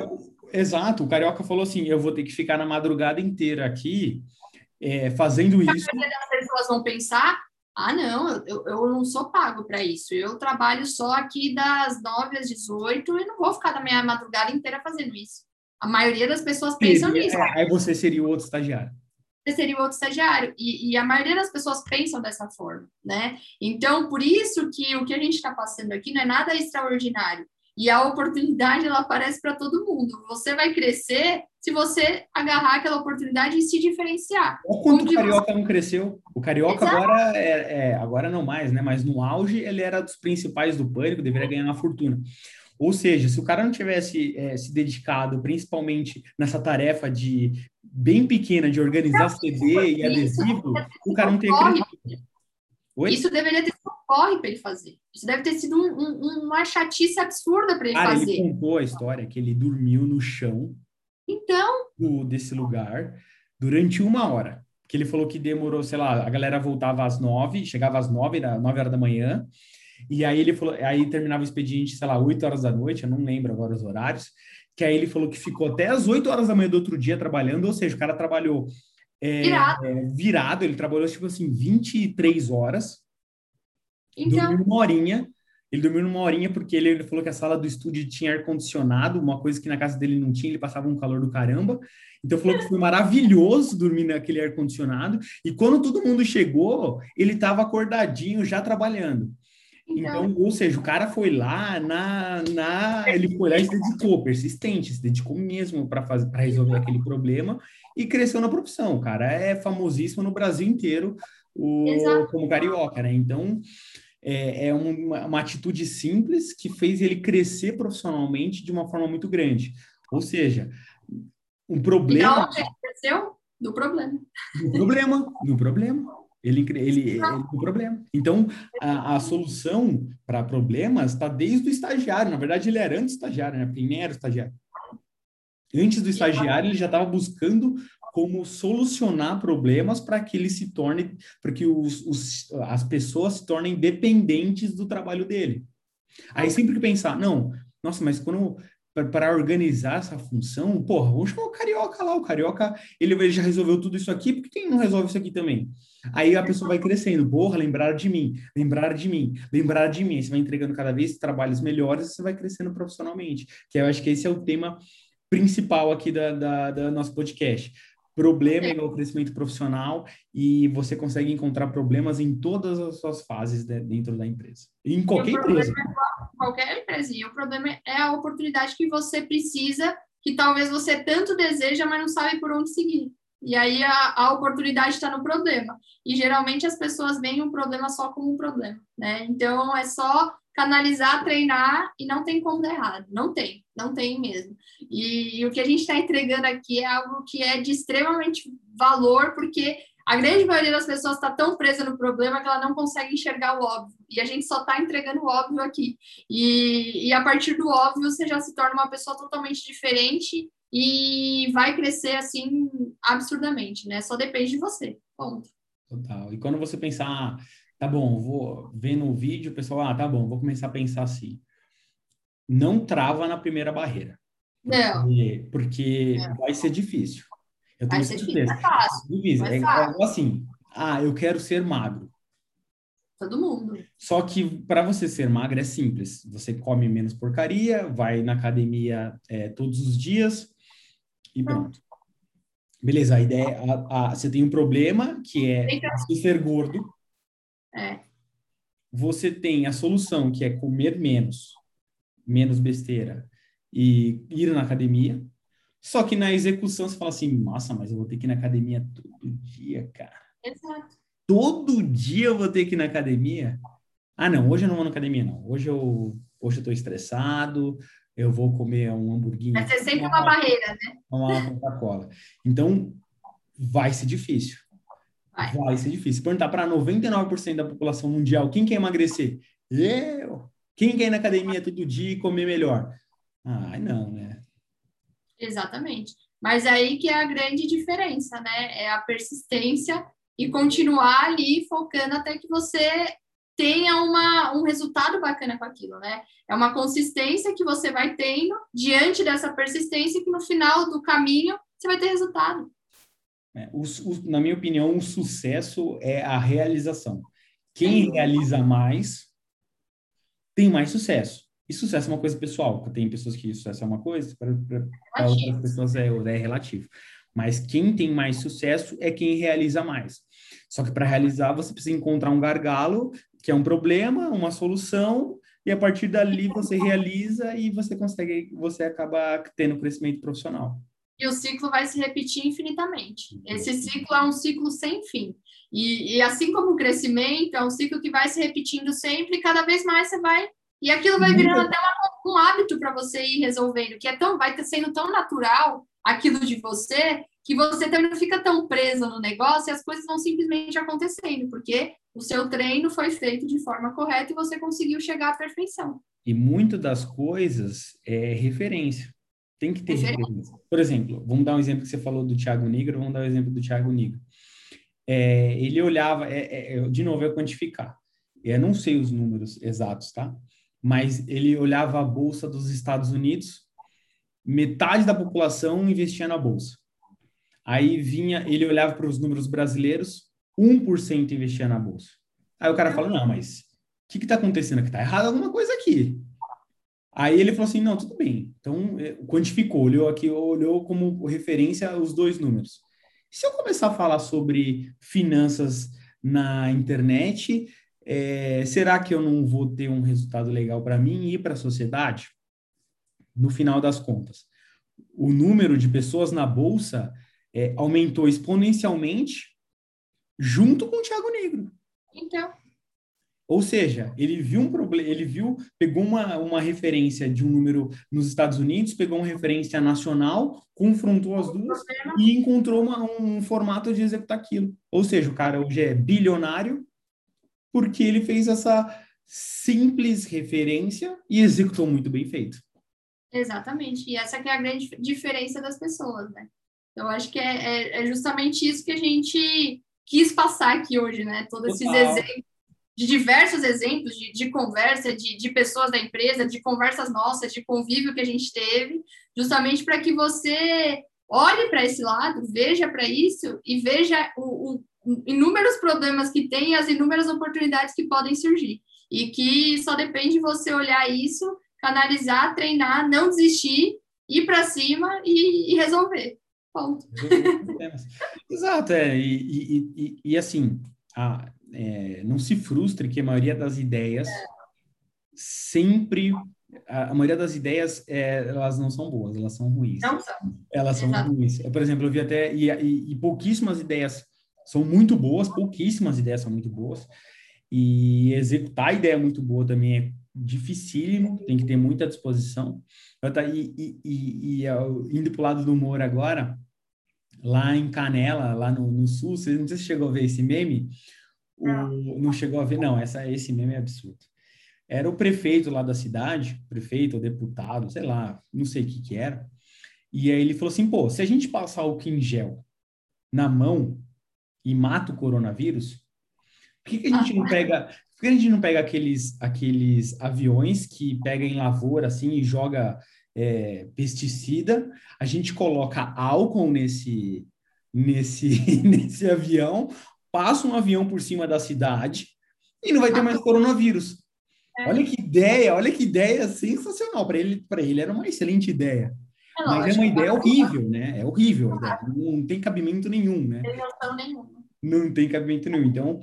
é, exato, o Carioca falou assim, eu vou ter que ficar na madrugada inteira aqui é, fazendo isso. As pessoas vão pensar, ah, não, eu, eu não sou pago para isso. Eu trabalho só aqui das nove às dezoito e não vou ficar na minha madrugada inteira fazendo isso. A maioria das pessoas pensam seria, nisso. É, aí você seria o outro estagiário. Você seria o outro estagiário. E, e a maioria das pessoas pensam dessa forma, né? Então, por isso que o que a gente está passando aqui não é nada extraordinário. E a oportunidade, ela aparece para todo mundo. Você vai crescer se você agarrar aquela oportunidade e se diferenciar. O quanto o Carioca você... não cresceu. O Carioca Exato. agora, é, é, agora não mais, né? Mas no auge, ele era dos principais do Pânico, deveria ganhar uma fortuna. Ou seja, se o cara não tivesse é, se dedicado principalmente nessa tarefa de bem pequena de organizar C D e adesivo, o cara não teria crescido. Isso deveria ter sido um corre para ele fazer. Isso deve ter sido um, um, uma chatice absurda para ele cara, fazer. Ele contou a história que ele dormiu no chão então, do, desse lugar durante uma hora. Que ele falou que demorou, sei lá, a galera voltava às nove, chegava às nove, nove horas da manhã. E aí ele falou, aí terminava o expediente, sei lá, oito horas da noite, eu não lembro agora os horários, que aí ele falou que ficou até as oito horas da manhã do outro dia trabalhando, ou seja, o cara trabalhou é, virado. É, virado, ele trabalhou, tipo assim, vinte e três horas, então... dormiu uma horinha, ele dormiu uma horinha porque ele, ele falou que a sala do estúdio tinha ar-condicionado, uma coisa que na casa dele não tinha, ele passava um calor do caramba, então falou que foi maravilhoso dormir naquele ar-condicionado, e quando todo mundo chegou, ele estava acordadinho, já trabalhando. Então, então, ou seja, o cara foi lá na, na ele foi lá e se dedicou, persistente, se dedicou mesmo para fazer para resolver aquele problema e cresceu na profissão. O cara é famosíssimo no Brasil inteiro o, como carioca, né? Então, é, é uma, uma atitude simples que fez ele crescer profissionalmente de uma forma muito grande. Ou seja, um problema. E onde ele cresceu? Do problema. Do problema, do problema. Ele, ele, ele tem problema. Então, a, a solução para problemas está desde o estagiário. Na verdade, ele era antes estagiário, né? Porque ele nem era estagiário. Antes do estagiário, ele já estava buscando como solucionar problemas para que ele se torne, para que os, os, as pessoas se tornem dependentes do trabalho dele. Aí sempre que pensar, não, nossa, mas quando para organizar essa função, porra, vamos chamar o Carioca lá, o Carioca, ele, ele já resolveu tudo isso aqui, por que quem não resolve isso aqui também? Aí a pessoa vai crescendo, porra, lembrar de mim, lembrar de mim, lembrar de mim, você vai entregando cada vez trabalhos melhores, você vai crescendo profissionalmente, que eu acho que esse é o tema principal aqui da, da, da nosso podcast. Problema é igual crescimento profissional e você consegue encontrar problemas em todas as suas fases de, dentro da empresa. Em qualquer empresa. É qualquer empresa. E o problema é a oportunidade que você precisa, que talvez você tanto deseja, mas não sabe por onde seguir. E aí a, a oportunidade está no problema. E geralmente as pessoas veem o problema só como um problema, né? Então é só canalizar, treinar e não tem como dar errado. Não tem, não tem mesmo. E, e o que a gente está entregando aqui é algo que é de extremamente valor, porque a grande maioria das pessoas está tão presa no problema que ela não consegue enxergar o óbvio. E a gente só está entregando o óbvio aqui. E, e a partir do óbvio, você já se torna uma pessoa totalmente diferente e vai crescer, assim, absurdamente, né? Só depende de você. Ponto. Total. E quando você pensar, ah, tá bom, vou ver no vídeo, o pessoal, ah, tá bom, vou começar a pensar assim. Não trava na primeira barreira. Não. Porque, porque Não. vai ser difícil. Eu tenho Vai ser difícil, certeza. é fácil. Difícil. É, é assim, ah, eu quero ser magro. Todo mundo. Só que para você ser magro é simples. Você come menos porcaria, vai na academia é, todos os dias e pronto. Beleza, a ideia, a, a, você tem um problema que é você ser gordo. É. Você tem a solução que é comer menos, menos besteira e ir na academia. Só que na execução você fala assim, nossa, mas eu vou ter que ir na academia todo dia, cara. Exato. Todo dia eu vou ter que ir na academia? Ah, não, hoje eu não vou na academia, não. Hoje eu, hoje eu tô estressado, eu vou comer um hamburguinho. Vai ser sempre uma barreira, né? Tomar uma Coca-Cola. Então, vai ser difícil. Vai, vai ser difícil. Perguntar para noventa e nove por cento da população mundial, quem quer emagrecer? Eu! Quem quer ir na academia todo dia e comer melhor? Ah, não, né? Exatamente. Mas aí que é a grande diferença, né? É a persistência e continuar ali focando até que você tenha uma, um resultado bacana com aquilo, né? É uma consistência que você vai tendo diante dessa persistência que no final do caminho você vai ter resultado. É, o, o, na minha opinião, o sucesso é a realização. Quem realiza mais tem mais sucesso. E sucesso é uma coisa pessoal. Tem pessoas que sucesso é uma coisa, para outras pessoas é, é relativo. Mas quem tem mais sucesso é quem realiza mais. Só que para realizar, você precisa encontrar um gargalo, que é um problema, uma solução, e a partir dali você realiza e você consegue, você acaba tendo crescimento profissional. E o ciclo vai se repetir infinitamente. Esse ciclo é um ciclo sem fim. E, e assim como o crescimento, é um ciclo que vai se repetindo sempre, e cada vez mais você vai... E aquilo vai virando até uma, um hábito para você ir resolvendo, que é tão, vai sendo tão natural aquilo de você, que você também não fica tão preso no negócio e as coisas vão simplesmente acontecendo, porque o seu treino foi feito de forma correta e você conseguiu chegar à perfeição. E muito das coisas é referência. Tem que ter referência. referência. Por exemplo, vamos dar um exemplo que você falou do Thiago Nigro, vamos dar um exemplo do Thiago Nigro. É, ele olhava, é, é, de novo, é quantificar. Eu não sei os números exatos, tá? Mas ele olhava a bolsa dos Estados Unidos, metade da população investia na bolsa. Aí vinha, ele olhava para os números brasileiros, um por cento investia na bolsa. Aí o cara fala, não, mas o que está acontecendo aqui? Está errado alguma coisa aqui. Aí ele falou assim, não, tudo bem. Então, quantificou, olhou aqui, olhou como referência os dois números. Se eu começar a falar sobre finanças na internet, é, será que eu não vou ter um resultado legal para mim e para a sociedade? No final das contas, o número de pessoas na bolsa é, aumentou exponencialmente junto com o Thiago Nigro. Então... Ou seja, ele viu um problema, ele viu, pegou uma, uma referência de um número nos Estados Unidos, pegou uma referência nacional, confrontou as duas e encontrou uma, um formato de executar aquilo. Ou seja, o cara hoje é bilionário porque ele fez essa simples referência e executou muito bem feito. Exatamente. E essa que é a grande diferença das pessoas, né? Eu acho que é, é, é justamente isso que a gente quis passar aqui hoje, né? Todos esses exemplos de diversos exemplos de, de conversa, de, de pessoas da empresa, de conversas nossas, de convívio que a gente teve, justamente para que você olhe para esse lado, veja para isso e veja o, o, inúmeros problemas que tem e as inúmeras oportunidades que podem surgir. E que só depende de você olhar isso, canalizar, treinar, não desistir, ir para cima e, e resolver. Ponto. Exato, é. E, e, e, e assim, a, é, não se frustre que a maioria das ideias sempre... A, a maioria das ideias, é, elas não são boas, elas são ruins. Não são. Elas são Exato. ruins. Por exemplo, eu vi até... E, e, e pouquíssimas ideias são muito boas, pouquíssimas ideias são muito boas. E executar a ideia muito boa também é dificílimo, tem que ter muita disposição. E, e, e, e indo para o lado do humor agora, lá em Canela, lá no, no sul, você não sei se chegou a ver esse meme, o, não chegou a ver, não, essa, esse meme é absurdo. Era o prefeito lá da cidade, prefeito ou deputado, sei lá, não sei o que que era, e aí ele falou assim, pô, se a gente passar álcool em gel na mão e mata o coronavírus, por que que a gente não pega, por que a gente não pega aqueles, aqueles aviões que pegam em lavoura assim e joga é, pesticida, a gente coloca álcool nesse, nesse, nesse avião, passa um avião por cima da cidade e não vai ter mais coronavírus. É. Olha que ideia, olha que ideia sensacional. Para ele, para ele era uma excelente ideia. É Mas é uma ideia horrível, né? É horrível a ideia. Não tem cabimento nenhum, né? Não tem noção nenhuma. Não tem cabimento nenhum. Então,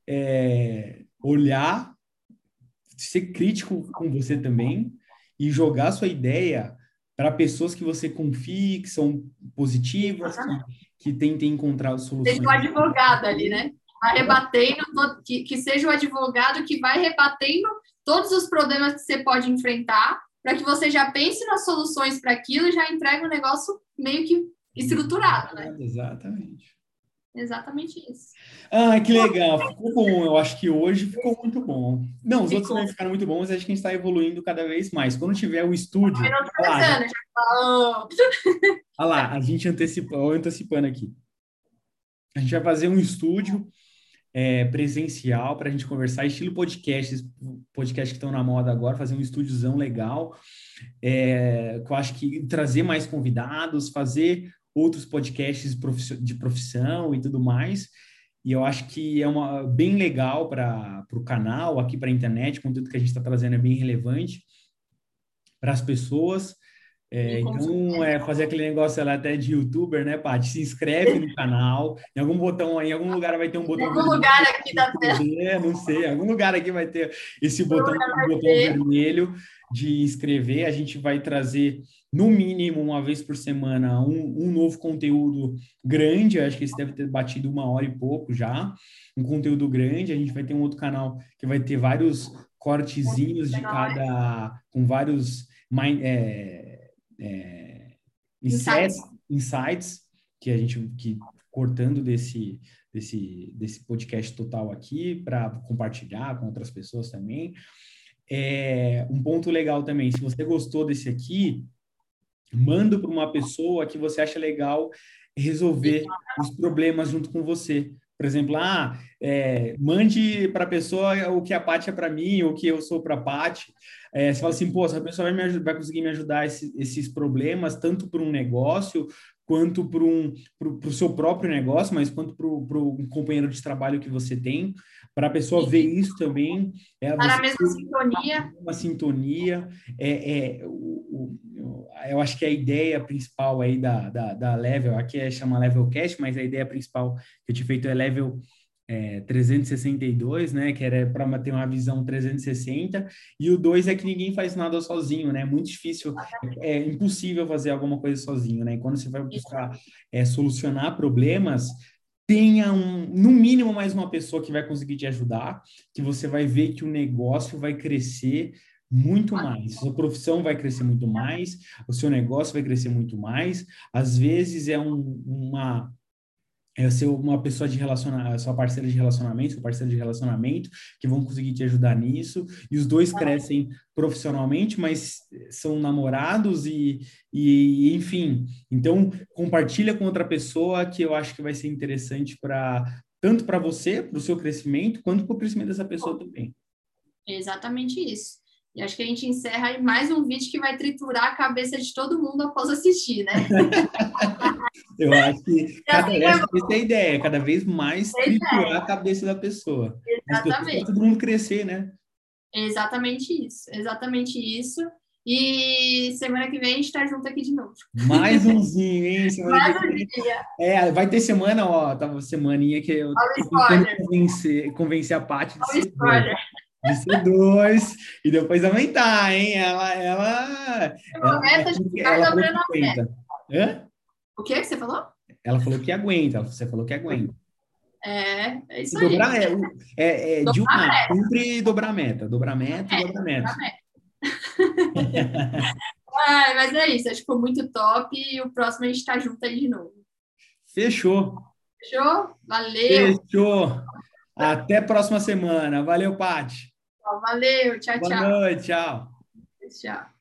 é, olhar, ser crítico com você também e jogar sua ideia para pessoas que você confie, que são positivas, que, que tentem encontrar soluções. Seja o advogado ali, né? Vai rebatendo, que, que seja o advogado que vai rebatendo todos os problemas que você pode enfrentar, para que você já pense nas soluções para aquilo e já entregue um negócio meio que estruturado, né? Exatamente. Exatamente isso. Ah, que legal, ficou bom. Eu acho que hoje ficou muito bom. Não, os ficou. outros também ficaram muito bons, mas acho que a gente está evoluindo cada vez mais. Quando tiver o estúdio. Eu não tô pensando, olha lá, já falou. Olha lá, a gente antecipou, antecipando aqui. A gente vai fazer um estúdio é, presencial para a gente conversar, estilo podcasts, podcasts que estão na moda agora, fazer um estúdiozão legal. É, que eu acho que trazer mais convidados, fazer outros podcasts de profissão e tudo mais. E eu acho que é uma, bem legal para o canal, aqui para a internet, o conteúdo que a gente está trazendo é bem relevante para as pessoas. É, então, é fazer aquele negócio lá até de youtuber, né, Paty? Se inscreve no canal, em algum botão, em algum lugar vai ter um botão. Em algum lugar aqui da tela. Não sei, em algum lugar aqui vai ter esse botão, um botão vermelho de inscrever. A gente vai trazer, no mínimo, uma vez por semana, um, um novo conteúdo grande. Acho que esse deve ter batido uma hora e pouco já. Um conteúdo grande. A gente vai ter um outro canal que vai ter vários cortezinhos de cada... com vários... É, É, insights. insights que a gente que cortando desse desse desse podcast total aqui para compartilhar com outras pessoas também. É, um ponto legal também, se você gostou desse aqui, manda para uma pessoa que você acha legal resolver os problemas junto com você. Por exemplo, ah, é, mande para a pessoa o que a Paty é para mim, o que eu sou para a Paty. É, você fala assim, pô, essa pessoa vai, me ajudar, vai conseguir me ajudar esse, esses problemas, tanto para um negócio, quanto para um, o seu próprio negócio, mas quanto para um companheiro de trabalho que você tem, para a pessoa ver isso também. É, tá na mesma sintonia. Uma sintonia. É, é, o, o, eu acho que a ideia principal aí da, da, da Level, aqui é chama Levelcast, mas a ideia principal que eu tinha feito é Level é, trezentos e sessenta e dois, né, que era para ter uma visão trezentos e sessenta, e o dois é que ninguém faz nada sozinho, né, é muito difícil, é, é impossível fazer alguma coisa sozinho, né, e quando você vai buscar é, solucionar problemas, tenha um, no mínimo mais uma pessoa que vai conseguir te ajudar, que você vai ver que o negócio vai crescer muito mais, a sua profissão vai crescer muito mais, o seu negócio vai crescer muito mais, às vezes é um, uma é ser uma pessoa de relacionamento, sua parceira de relacionamento, seu parceiro de relacionamento, que vão conseguir te ajudar nisso, e os dois crescem profissionalmente, mas são namorados e, e enfim, então compartilha com outra pessoa que eu acho que vai ser interessante para tanto para você, para o seu crescimento, quanto para o crescimento dessa pessoa também. Exatamente isso. E acho que a gente encerra aí mais um vídeo que vai triturar a cabeça de todo mundo após assistir, né? Eu acho que cada, assim essa, essa é a ideia, cada vez mais triturar é. a cabeça da pessoa. As pessoas para Exatamente. todo mundo crescer, né? Exatamente isso. Exatamente isso. E semana que vem a gente está junto aqui de novo. Mais umzinho, hein? Semana Mais que um vem. dia. É, vai ter semana, ó, tá uma semaninha que eu Olha o tô tentando spoiler. convencer, convencer a Paty de Olha o ser dois. spoiler. De ser dois, e depois aumentar, hein? Ela, ela, Uma ela, meta de vai ela falou que dobrando a meta. aguenta. Hã? O que que você falou? Ela falou que aguenta, você falou que aguenta. É, é isso E aí. dobrar é, o- é, é de Dobrar a uma meta. sempre dobrar a meta, dobrar a meta e dobrar a meta. Dobrar a meta. Ai, mas é isso. Acho que foi muito top. E o próximo a gente está junto aí de novo. Fechou, Fechou? Valeu. fechou. Até próxima semana. Valeu, Paty. Valeu. Tchau, Boa tchau. noite, tchau. Tchau.